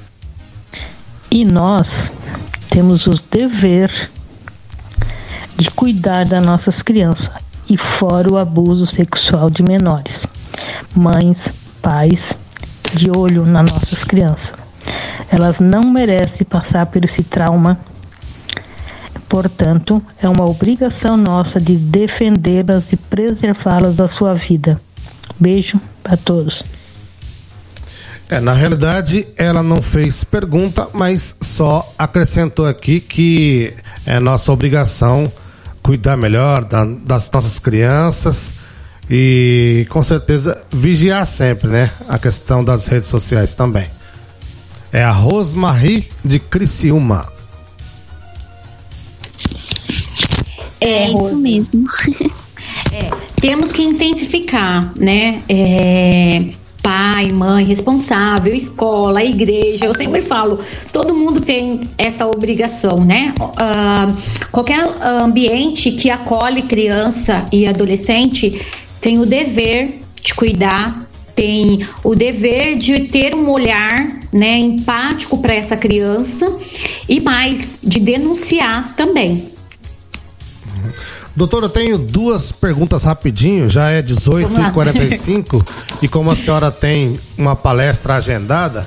E nós temos o dever de cuidar das nossas crianças e fora o abuso sexual de menores. Mães, pais, de olho nas nossas crianças. Elas não merecem passar por esse trauma. Portanto, é uma obrigação nossa de defendê-las e preservá-las da sua vida. Beijo para todos. Na realidade, ela não fez pergunta, mas só acrescentou aqui que é nossa obrigação cuidar melhor das nossas crianças e, com certeza, vigiar sempre, né? A questão das redes sociais também. É a Rosemarie de Criciúma. É isso mesmo. Temos que intensificar, né? Pai, mãe, responsável, escola, igreja, eu sempre falo, todo mundo tem essa obrigação, né? Qualquer ambiente que acolhe criança e adolescente tem o dever de cuidar, tem o dever de ter um olhar, né, empático para essa criança e mais, de denunciar também. Doutora, eu tenho 2 perguntas rapidinho, já é 18h45 e como a senhora tem uma palestra agendada,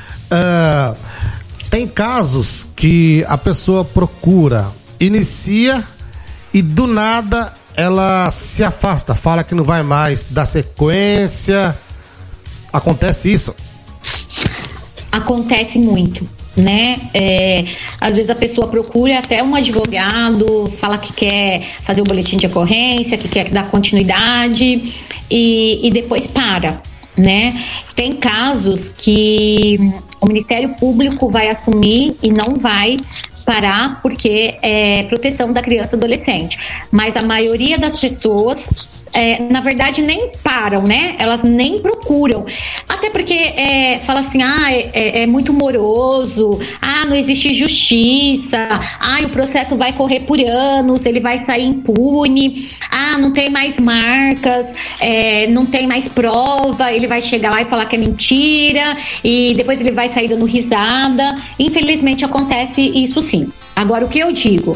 tem casos que a pessoa procura, inicia e do nada ela se afasta, fala que não vai mais, dá sequência. Acontece isso? Acontece muito. né? Às vezes a pessoa procura até um advogado, fala que quer fazer o boletim de ocorrência, que quer dar continuidade e depois para, né? Tem casos que o Ministério Público vai assumir e não vai parar porque é proteção da criança e adolescente, mas a maioria das pessoas na verdade nem param, né? Elas nem procuram, até porque fala assim, é muito moroso, não existe justiça, o processo vai correr por anos, ele vai sair impune, não tem mais marcas, não tem mais prova, ele vai chegar lá e falar que é mentira e depois ele vai sair dando risada. Infelizmente acontece isso sim. Agora, o que eu digo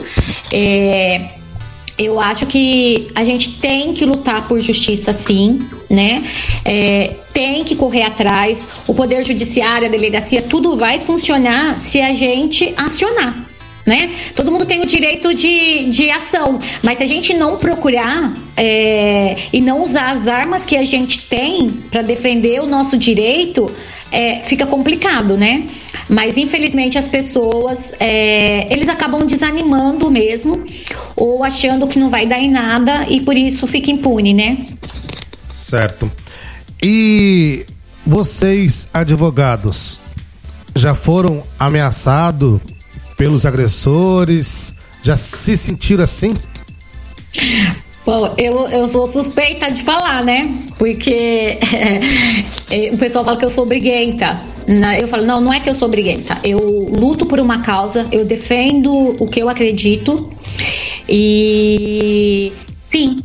eu acho que a gente tem que lutar por justiça, sim, né? Tem que correr atrás. O Poder Judiciário, a delegacia, tudo vai funcionar se a gente acionar, né? Todo mundo tem o direito de ação, mas se a gente não procurar e não usar as armas que a gente tem para defender o nosso direito, fica complicado, né? Mas infelizmente as pessoas eles acabam desanimando mesmo, ou achando que não vai dar em nada e por isso fica impune, né? Certo. E vocês, advogados, já foram ameaçados pelos agressores? Já se sentiram assim? Bom, eu sou suspeita de falar, né? Porque o pessoal fala que eu sou briguenta. Eu falo, não é que eu sou briguenta. Eu luto por uma causa, eu defendo o que eu acredito. E sim,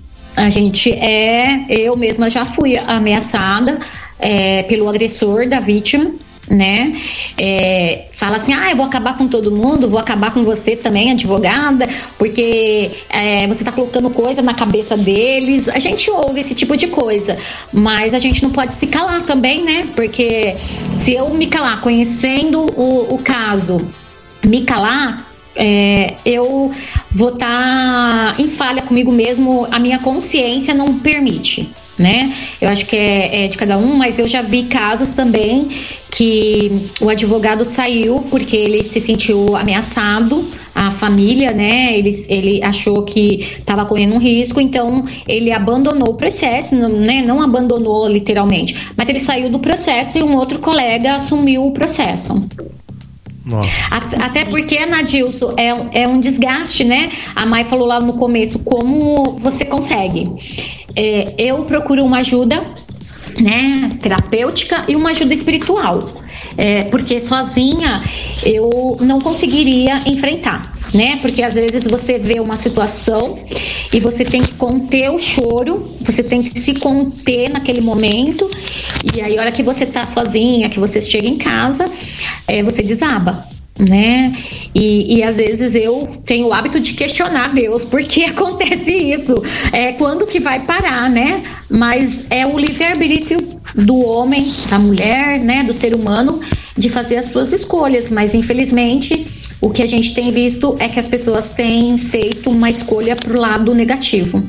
eu mesma já fui ameaçada pelo agressor da vítima, né? Fala assim, eu vou acabar com todo mundo, vou acabar com você também, advogada, porque você tá colocando coisa na cabeça deles. A gente ouve esse tipo de coisa, mas a gente não pode se calar também, né? Porque se eu me calar conhecendo o caso, me calar, eu vou estar em falha comigo mesmo, a minha consciência não permite, né? Eu acho que é de cada um, mas eu já vi casos também que o advogado saiu porque ele se sentiu ameaçado, a família, né? Ele achou que estava correndo um risco, então ele abandonou o processo, né? Não abandonou literalmente, mas ele saiu do processo e um outro colega assumiu o processo. Nossa. Até porque, Nadilson, é um desgaste, né? A Mai falou lá no começo, como você consegue? Eu procuro uma ajuda, né, terapêutica e uma ajuda espiritual, porque sozinha eu não conseguiria enfrentar, né? Porque às vezes você vê uma situação e você tem que conter o choro, você tem que se conter naquele momento, e aí a hora que você tá sozinha, que você chega em casa, você desaba, né? E às vezes eu tenho o hábito de questionar Deus, por que acontece isso? Quando que vai parar, né? Mas é o livre-arbítrio do homem, da mulher, né? Do ser humano, de fazer as suas escolhas, mas infelizmente o que a gente tem visto é que as pessoas têm feito uma escolha pro lado negativo.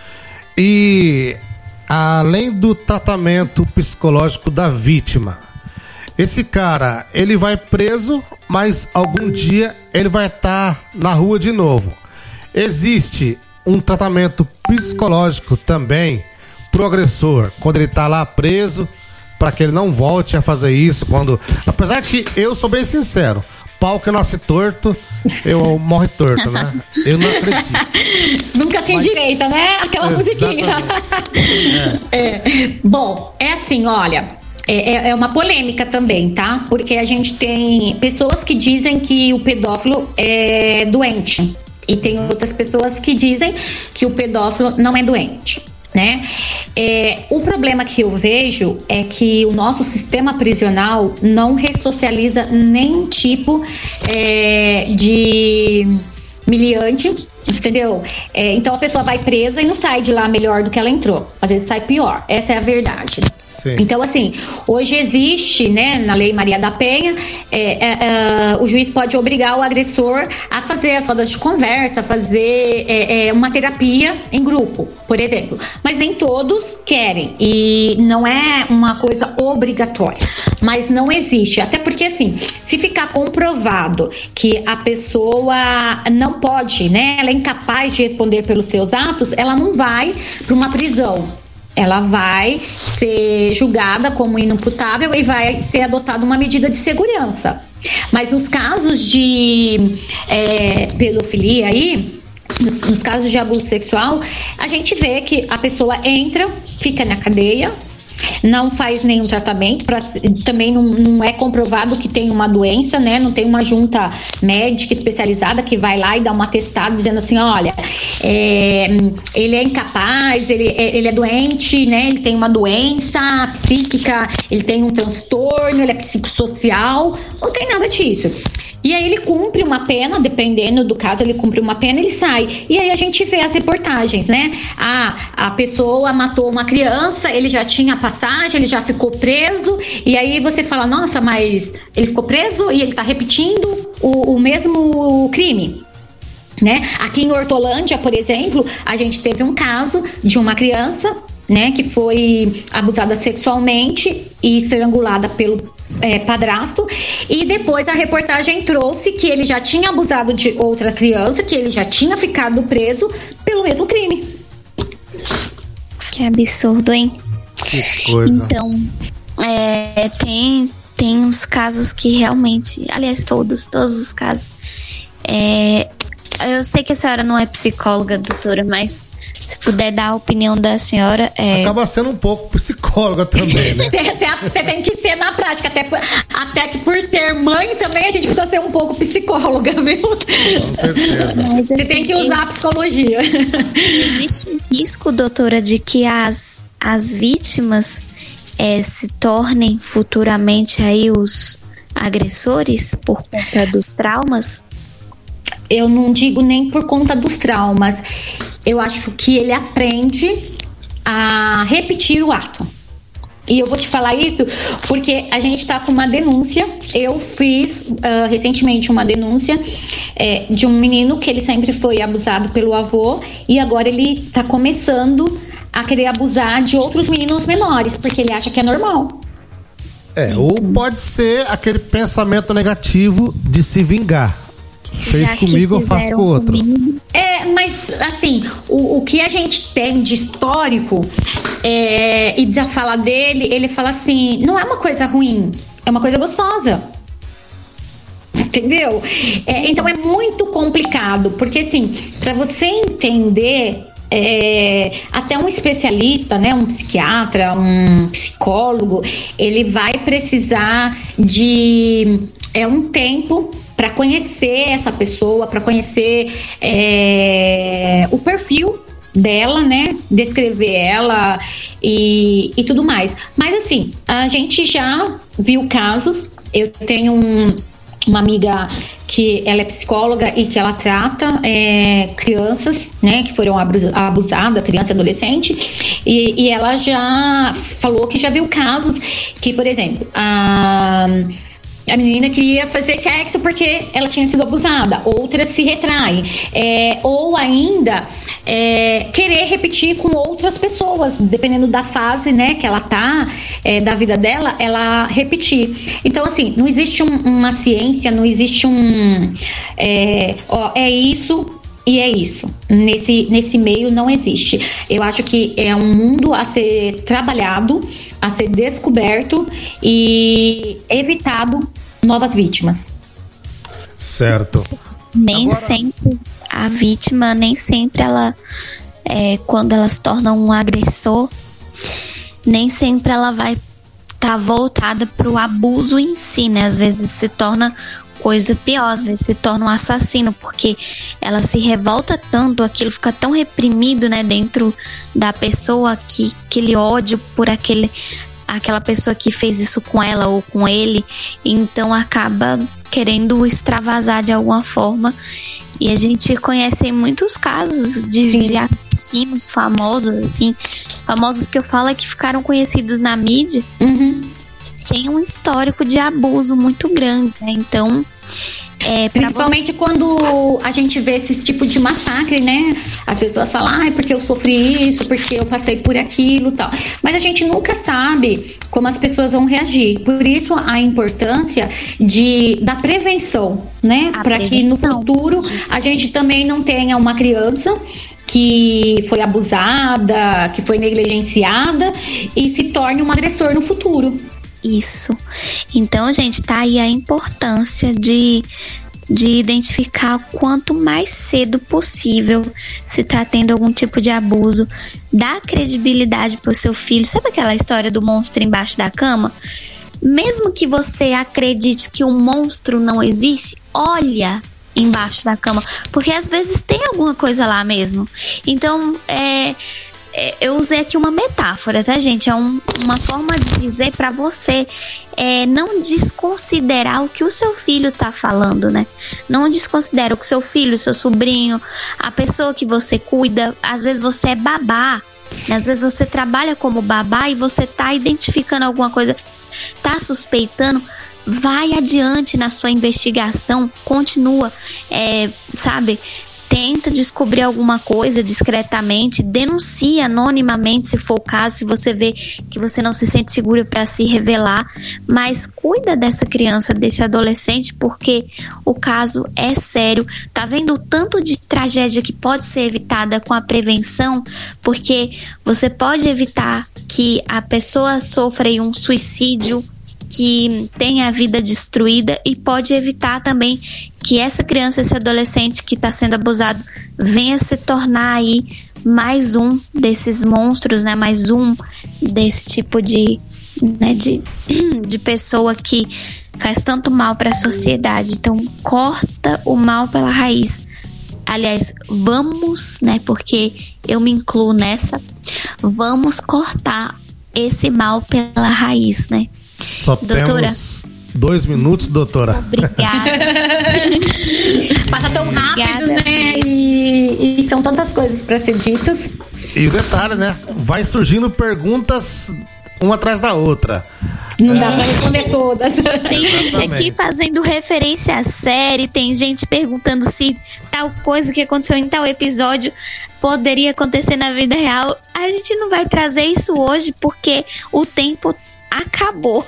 E além do tratamento psicológico da vítima, esse cara, ele vai preso, mas algum dia ele vai estar na rua de novo. Existe um tratamento psicológico também pro agressor, quando ele tá lá preso, para que ele não volte a fazer isso, apesar que eu sou bem sincero, pau que nasce torto, eu morre torto, né? Eu não acredito. Nunca se endireita, né? Aquela musiquinha. Bom, assim, olha, é uma polêmica também, tá? Porque a gente tem pessoas que dizem que o pedófilo é doente e tem outras pessoas que dizem que o pedófilo não é doente, né? O problema que eu vejo é que o nosso sistema prisional não ressocializa nenhum tipo de meliante Entendeu? Então a pessoa vai presa e não sai de lá melhor do que ela entrou. Às vezes sai pior. Essa é a verdade. Sim. Então, assim, hoje existe, né, na Lei Maria da Penha, o juiz pode obrigar o agressor a fazer as rodas de conversa, fazer uma terapia em grupo, por exemplo. Mas nem todos querem. E não é uma coisa obrigatória. Mas não existe. Até porque, assim, se ficar comprovado que a pessoa não pode, né, ela é incapaz de responder pelos seus atos, ela não vai para uma prisão. Ela vai ser julgada como inimputável e vai ser adotada uma medida de segurança. Mas nos casos de pedofilia aí, nos casos de abuso sexual, a gente vê que a pessoa entra, fica na cadeia, não faz nenhum tratamento, também não é comprovado que tem uma doença, né? Não tem uma junta médica especializada que vai lá e dá um atestado dizendo assim, olha, ele é incapaz, ele é doente, né? Ele tem uma doença psíquica, ele tem um transtorno, ele é psicossocial, não tem nada disso. E aí ele cumpre uma pena, dependendo do caso, ele cumpre uma pena e ele sai. E aí a gente vê as reportagens, né? A pessoa matou uma criança, ele já tinha passagem, ele já ficou preso. E aí você fala, nossa, mas ele ficou preso e ele tá repetindo o mesmo crime. Né? Aqui em Hortolândia, por exemplo, a gente teve um caso de uma criança, né, que foi abusada sexualmente e estrangulada pelo padrasto, e depois a reportagem trouxe que ele já tinha abusado de outra criança, que ele já tinha ficado preso pelo mesmo crime. Que absurdo, hein? Que coisa. Então, tem uns casos que realmente, aliás, todos os casos. Eu sei que a senhora não é psicóloga, doutora, mas se puder dar a opinião da senhora... Acaba sendo um pouco psicóloga também, né? Você tem que ser na prática, até que por ser mãe também a gente precisa ser um pouco psicóloga, viu? Com certeza. Mas, você tem que usar a psicologia. Existe um risco, doutora, de que as vítimas se tornem futuramente aí os agressores por conta dos traumas? Eu não digo nem por conta dos traumas. Eu acho que ele aprende a repetir o ato. E eu vou te falar isso porque a gente está com uma denúncia. Eu fiz recentemente uma denúncia de um menino que ele sempre foi abusado pelo avô e agora ele está começando a querer abusar de outros meninos menores porque ele acha que é normal. Ou pode ser aquele pensamento negativo de se vingar. Fez comigo, eu faço com o outro. Mas assim, o que a gente tem de histórico e da fala dele, ele fala assim, não é uma coisa ruim, é uma coisa gostosa. Entendeu? Então é muito complicado, porque assim, para você entender, até um especialista, né, um psiquiatra, um psicólogo, ele vai precisar de um tempo para conhecer essa pessoa, para conhecer o perfil dela, né? Descrever ela e tudo mais. Mas assim, a gente já viu casos. Eu tenho uma amiga que ela é psicóloga e que ela trata crianças, né, que foram abusadas, criança e adolescente, e ela já falou que já viu casos que, por exemplo, a menina queria fazer sexo porque ela tinha sido abusada, outras se retraem, ou ainda querer repetir com outras pessoas, dependendo da fase, né, que ela tá, da vida dela, ela repetir. Então, assim, não existe uma ciência, não existe é isso e é isso. Nesse meio não existe. Eu acho que é um mundo a ser trabalhado, a ser descoberto e evitado novas vítimas. Certo. Sempre a vítima, nem sempre ela, quando ela se torna um agressor, nem sempre ela vai estar voltada para o abuso em si, né? Às vezes se torna coisa pior, às vezes se torna um assassino, porque ela se revolta tanto, aquilo fica tão reprimido, né, dentro da pessoa, que aquele ódio por aquela pessoa que fez isso com ela ou com ele, então acaba querendo extravasar de alguma forma E a gente conhece muitos casos de assassinos famosos, assim. Famosos que eu falo é que ficaram conhecidos na mídia. Tem um histórico de abuso muito grande, né? Então... principalmente quando a gente vê esse tipo de massacre, né? As pessoas falam, porque eu sofri isso, porque eu passei por aquilo e tal. Mas a gente nunca sabe como as pessoas vão reagir. Por isso a importância da prevenção, né? Para que no futuro a gente também não tenha uma criança que foi abusada, que foi negligenciada e se torne um agressor no futuro. Isso. Então, gente, tá aí a importância de identificar quanto mais cedo possível se tá tendo algum tipo de abuso. Dá credibilidade pro seu filho. Sabe aquela história do monstro embaixo da cama? Mesmo que você acredite que o monstro não existe, olha embaixo da cama, porque às vezes tem alguma coisa lá mesmo. Então, eu usei aqui uma metáfora, tá, gente? É uma forma de dizer pra você não desconsiderar o que o seu filho tá falando, né? Não desconsidera o que seu filho, o seu sobrinho, a pessoa que você cuida. Às vezes você é babá, né? Às vezes você trabalha como babá e você tá identificando alguma coisa, tá suspeitando. Vai adiante na sua investigação, continua, sabe? Tenta descobrir alguma coisa discretamente, denuncia anonimamente se for o caso, se você vê que você não se sente segura para se revelar, mas cuida dessa criança, desse adolescente, porque o caso é sério. Tá vendo o tanto de tragédia que pode ser evitada com a prevenção? Porque você pode evitar que a pessoa sofra um suicídio, que tenha a vida destruída, e pode evitar também que essa criança, esse adolescente que está sendo abusado venha se tornar aí mais um desses monstros, né? Mais um desse tipo de pessoa que faz tanto mal para a sociedade. Então, corta o mal pela raiz. Aliás, vamos, né? Porque eu me incluo nessa. Vamos cortar esse mal pela raiz, né? Só temos 2 minutos, doutora. Obrigada. Passa tão rápido, né? E são tantas coisas para ser ditas. E o detalhe, né? Vai surgindo perguntas uma atrás da outra. Não dá pra responder todas. Tem gente aqui fazendo referência à série, tem gente perguntando se tal coisa que aconteceu em tal episódio poderia acontecer na vida real. A gente não vai trazer isso hoje porque o tempo acabou.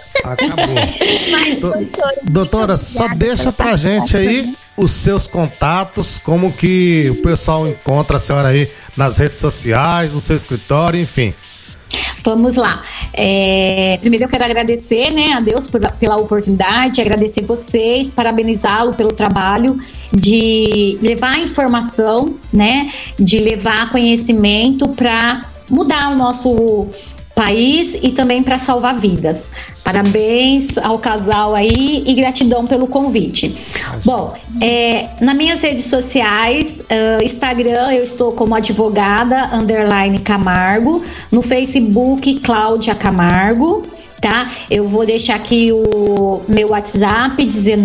Doutora, só deixa pra gente aí os seus contatos, como que o pessoal encontra a senhora aí nas redes sociais, no seu escritório, enfim. Vamos lá. Primeiro eu quero agradecer, né, a Deus pela oportunidade, agradecer vocês, parabenizá-lo pelo trabalho de levar informação, né, de levar conhecimento para mudar o nosso país e também para salvar vidas. Parabéns ao casal aí e gratidão pelo convite. Bom, nas minhas redes sociais, Instagram, eu estou como advogada _Camargo, no Facebook Cláudia Camargo, tá? Eu vou deixar aqui o meu WhatsApp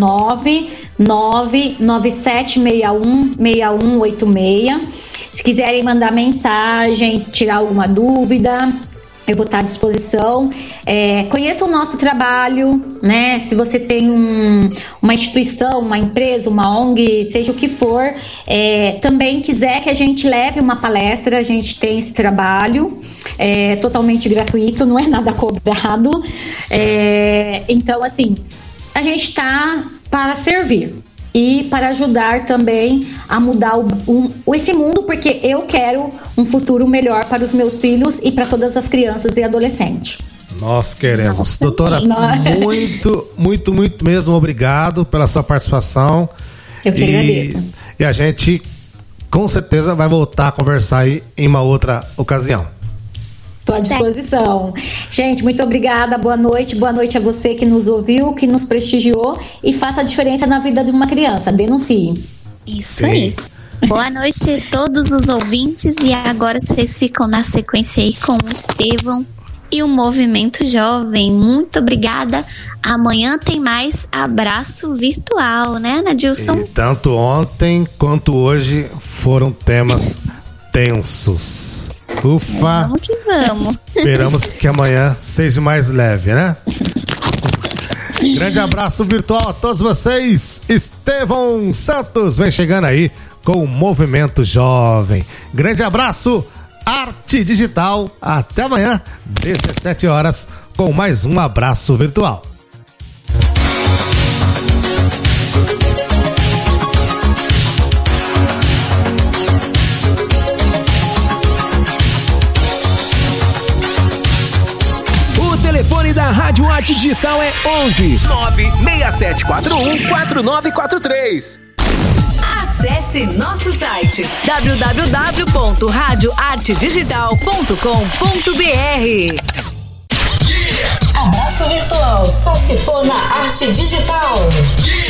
19997616186. Se quiserem mandar mensagem, tirar alguma dúvida, eu vou estar à disposição. Conheça o nosso trabalho, né? Se você tem uma instituição, uma empresa, uma ONG, seja o que for, também quiser que a gente leve uma palestra, a gente tem esse trabalho, totalmente gratuito, não é nada cobrado. Então, assim, a gente está para servir e para ajudar também a mudar esse mundo, porque eu quero um futuro melhor para os meus filhos e para todas as crianças e adolescentes. Nós queremos. Doutora, muito mesmo obrigado pela sua participação. Eu que agradeço. E a gente com certeza vai voltar a conversar aí em uma outra ocasião. Estou à disposição. Gente, muito obrigada, boa noite a você que nos ouviu, que nos prestigiou e faça a diferença na vida de uma criança, denuncie. Isso aí. Boa noite a todos os ouvintes e agora vocês ficam na sequência aí com o Estevão e o Movimento Jovem. Muito obrigada. Amanhã tem mais Abraço Virtual, né, Nadilson? E tanto ontem quanto hoje foram temas tensos. Ufa! Vamos que vamos. Esperamos que amanhã seja mais leve, né? Grande abraço virtual a todos vocês. Estevão Santos vem chegando aí com o Movimento Jovem. Grande abraço, Arte Digital. Até amanhã, 17 horas, com mais um Abraço Virtual. O telefone da Rádio Arte Digital é 11 967414943. Acesse nosso site www.radioartedigital.com.br. Abraço virtual, só se for na Arte Digital.